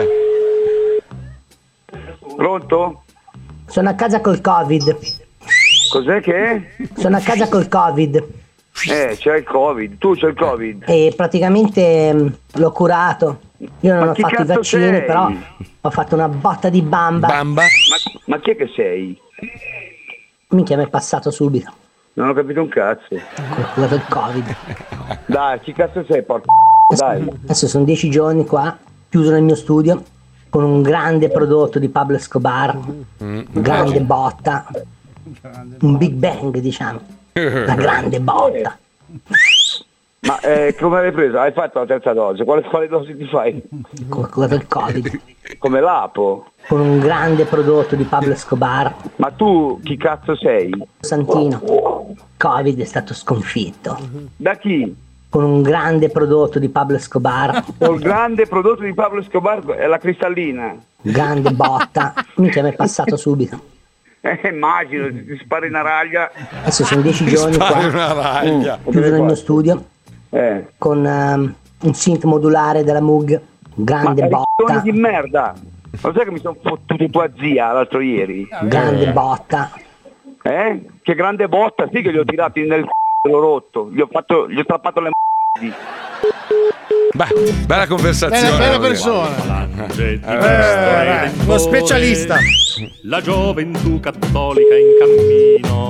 Pronto? Sono a casa col Covid. Cos'è che è? Sono a casa col Covid. Eh, c'è il Covid. Tu c'hai il Covid. E praticamente mh, l'ho curato. Io non Ma ho chi fatto i cazzo vaccini, sei? però ho fatto una botta di bamba. Bamba? Ma, ma chi è che sei? Minchia, mi è passato subito. Non ho capito un cazzo. Ho curato il Covid. Dai, chi cazzo sei, porco? Dai. Adesso sono dieci giorni qua, chiuso nel mio studio, con un grande prodotto di Pablo Escobar, grande botta, un Big Bang, diciamo, una grande botta. Ma eh, come l'hai preso? Hai fatto la terza dose? Quale, quale dose ti fai? Ho curato il Covid, Come l'apo? con un grande prodotto di Pablo Escobar. Ma tu chi cazzo sei? Santino, Covid è stato sconfitto. Da chi? Con un grande prodotto di Pablo Escobar, Col grande prodotto di Pablo Escobar è la cristallina. grande botta. Minchia, mi è passato subito. Eh, immagino, ti, ti spari una raglia. Adesso sono dieci giorni qua, Spari una raglia. Mm, chiuso nel mio studio, Eh. con um, un synth modulare della Moog, grande Ma botta. Coglione di merda. Lo sai che mi sono fottuto tua zia l'altro ieri? Grande botta. Eh? Che grande botta, sì che gli ho tirati nel c***o, l'ho rotto. Gli ho fatto, gli ho strappato le m***i. Beh, bella conversazione. Bella, bella persona. Eh, Eh, uno specialista. La gioventù cattolica in cammino.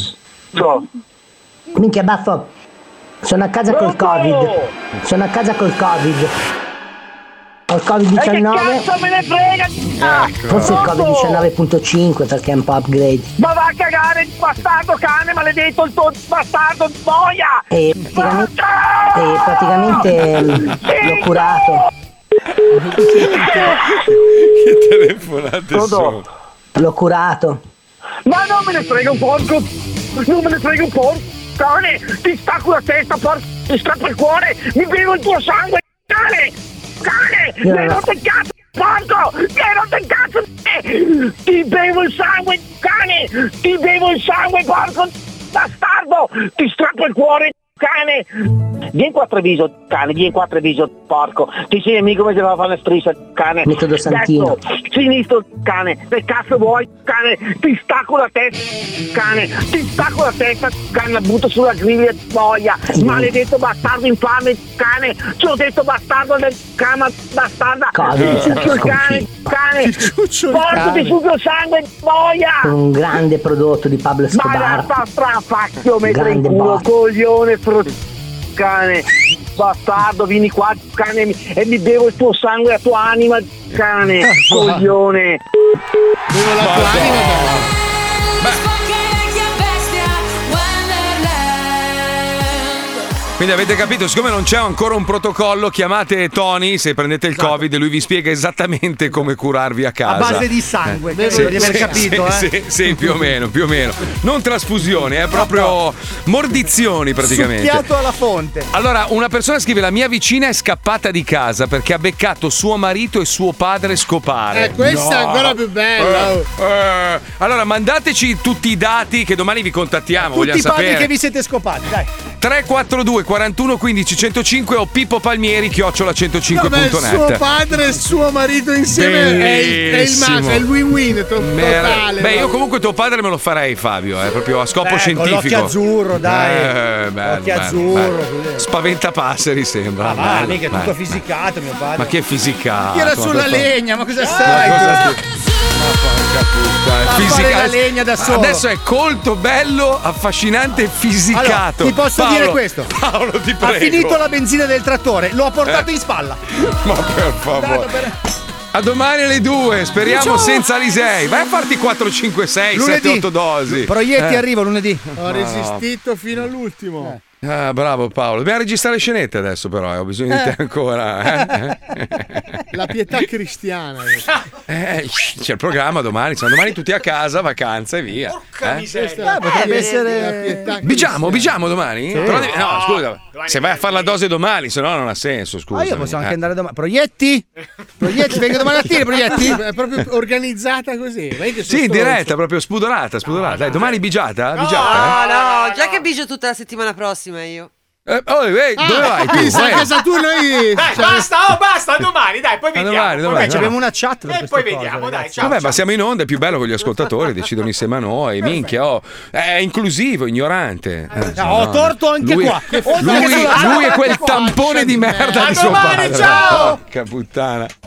Minchia baffo, sono a casa col Covid. Sono a casa col Covid. Ho il Covid diciannove. E che cazzo me ne frega? Forse il Covid diciannove punto cinque perché è un po' upgrade. Ma va a cagare, bastardo cane, maledetto il tuo bastardo boia! E praticamente, e praticamente mm, l'ho curato. Che telefonate sono? L'ho curato. Ma non me ne frega un porco! Non me ne frega un porco! Cane! Ti stacco la testa, porco! Ti strappo il cuore! Mi bevo il tuo sangue! Cane! Cane! Mi hai rotto il cazzo! Porco! Mi hai rotto il cazzo! Ti bevo il sangue! Cane! Ti bevo il sangue, porco! Bastardo! Ti strappo il cuore! Cane! Vieni qua a Treviso, cane, vieni qua a Treviso, porco. Ti insegno come si fa a fare una striscia, cane. Metodo Santino. Destro, sinistro, cane. Che cazzo vuoi, cane? Ti stacco la testa, cane. Ti stacco la testa, cane, la butto sulla griglia, boia. Maledetto bastardo infame, cane. Ci ho detto bastardo del cama, bastarda. Ti ciuccio il cane, cane. Porco, ti ciuccio il sangue, boia. Un grande prodotto di Pablo Ma Escobar. la sta strafacchio, mettere in Grande culo, botta. coglione, fro- cane, bastardo, vieni qua, cane, e mi bevo il tuo sangue, la tua anima, cane, coglione. Bevo la tua anima. Quindi avete capito, siccome non c'è ancora un protocollo, chiamate Tony, se prendete il Covid, lui vi spiega esattamente come curarvi a casa. A base di sangue, Eh, credo sì, di aver sì, capito, sì, eh. sì, sì, più o meno, più o meno. Non trasfusioni, è proprio mordizioni praticamente. Succhiato alla fonte. Allora, una persona scrive: la mia vicina è scappata di casa perché ha beccato suo marito e suo padre scopare. Eh, questa è ancora più bella. Eh, eh. Allora, mandateci tutti i dati che domani vi contattiamo. Tutti vogliamo i padri sapere. che vi siete scopati, dai. tre quattro due quarantuno quindici centocinque o Pippo Palmieri chiocciola centocinque punto Vabbè, suo net. padre e suo marito insieme è il, è il Bellissimo. massimo, è il win-win to- totale. Beh, io guarda. comunque tuo padre me lo farei, Fabio, eh, proprio a scopo Beh, con scientifico. l'occhio azzurro, dai. Eh, bello, Occhio bello, azzurro, bello. così. Spaventapasseri sembra. Ma va, bello, mica è tutto bello. fisicato, mio padre. Ma che fisicato? Tira ma sulla per legna, ma cosa Ma sai? cosa ti- Ma porca puttana, Ma fisica- fare la legna da solo. Adesso è colto, bello, affascinante e fisicato. Allora, ti posso Paolo, dire questo. Paolo, ti Ha prego. finito la benzina del trattore, lo ha portato Eh. in spalla. Ma per favore. Dato per- A domani alle due, speriamo Ciao. senza Alisei. Vai a farti quattro, cinque, sei, sette, Lunedì. otto dosi. Proietti Eh. arrivo lunedì. Ho resistito fino all'ultimo. Ah, bravo Paolo. Dobbiamo registrare scenette adesso, però. eh, Ho bisogno di te ancora. Eh? La pietà cristiana. Eh, c'è il programma domani. Sono domani tutti a casa, vacanza e via. Eh? Questa Eh, potrebbe essere- la pietà Bigiamo, bigiamo domani? Sì. Però devi- no, scusa. Se vai a fare la dose domani, se no non ha senso, scusa. Ah, io posso anche andare domani. Proietti? Proietti, vengo domani mattina, proietti? È proprio organizzata così. Vedi che sono Sì, in stronzo. diretta, proprio spudorata, spudorata. Dai, domani bigiata? No, Bigiata? no, già che bigio tutta la settimana prossima io. Eh, oh, ehi, dove Ah, vai tu? quindi sei a Vai. casa tu noi. Dai, cioè, basta, oh, basta, a domani, dai, poi A vediamo. domani, poi domani, vediamo. Abbiamo una chat per E queste poi cose, vediamo, dai, ragazzi. ciao. Vabbè, ma siamo in onda, è più bello con gli ascoltatori, decidono insieme a noi. Minchia, oh, è inclusivo, ignorante. Eh, No, ho torto anche lui, qua. Oltre Lui, che sulla- lui è quel anche qua. tampone di merda A di suo domani, padre. ciao! Porca puttana.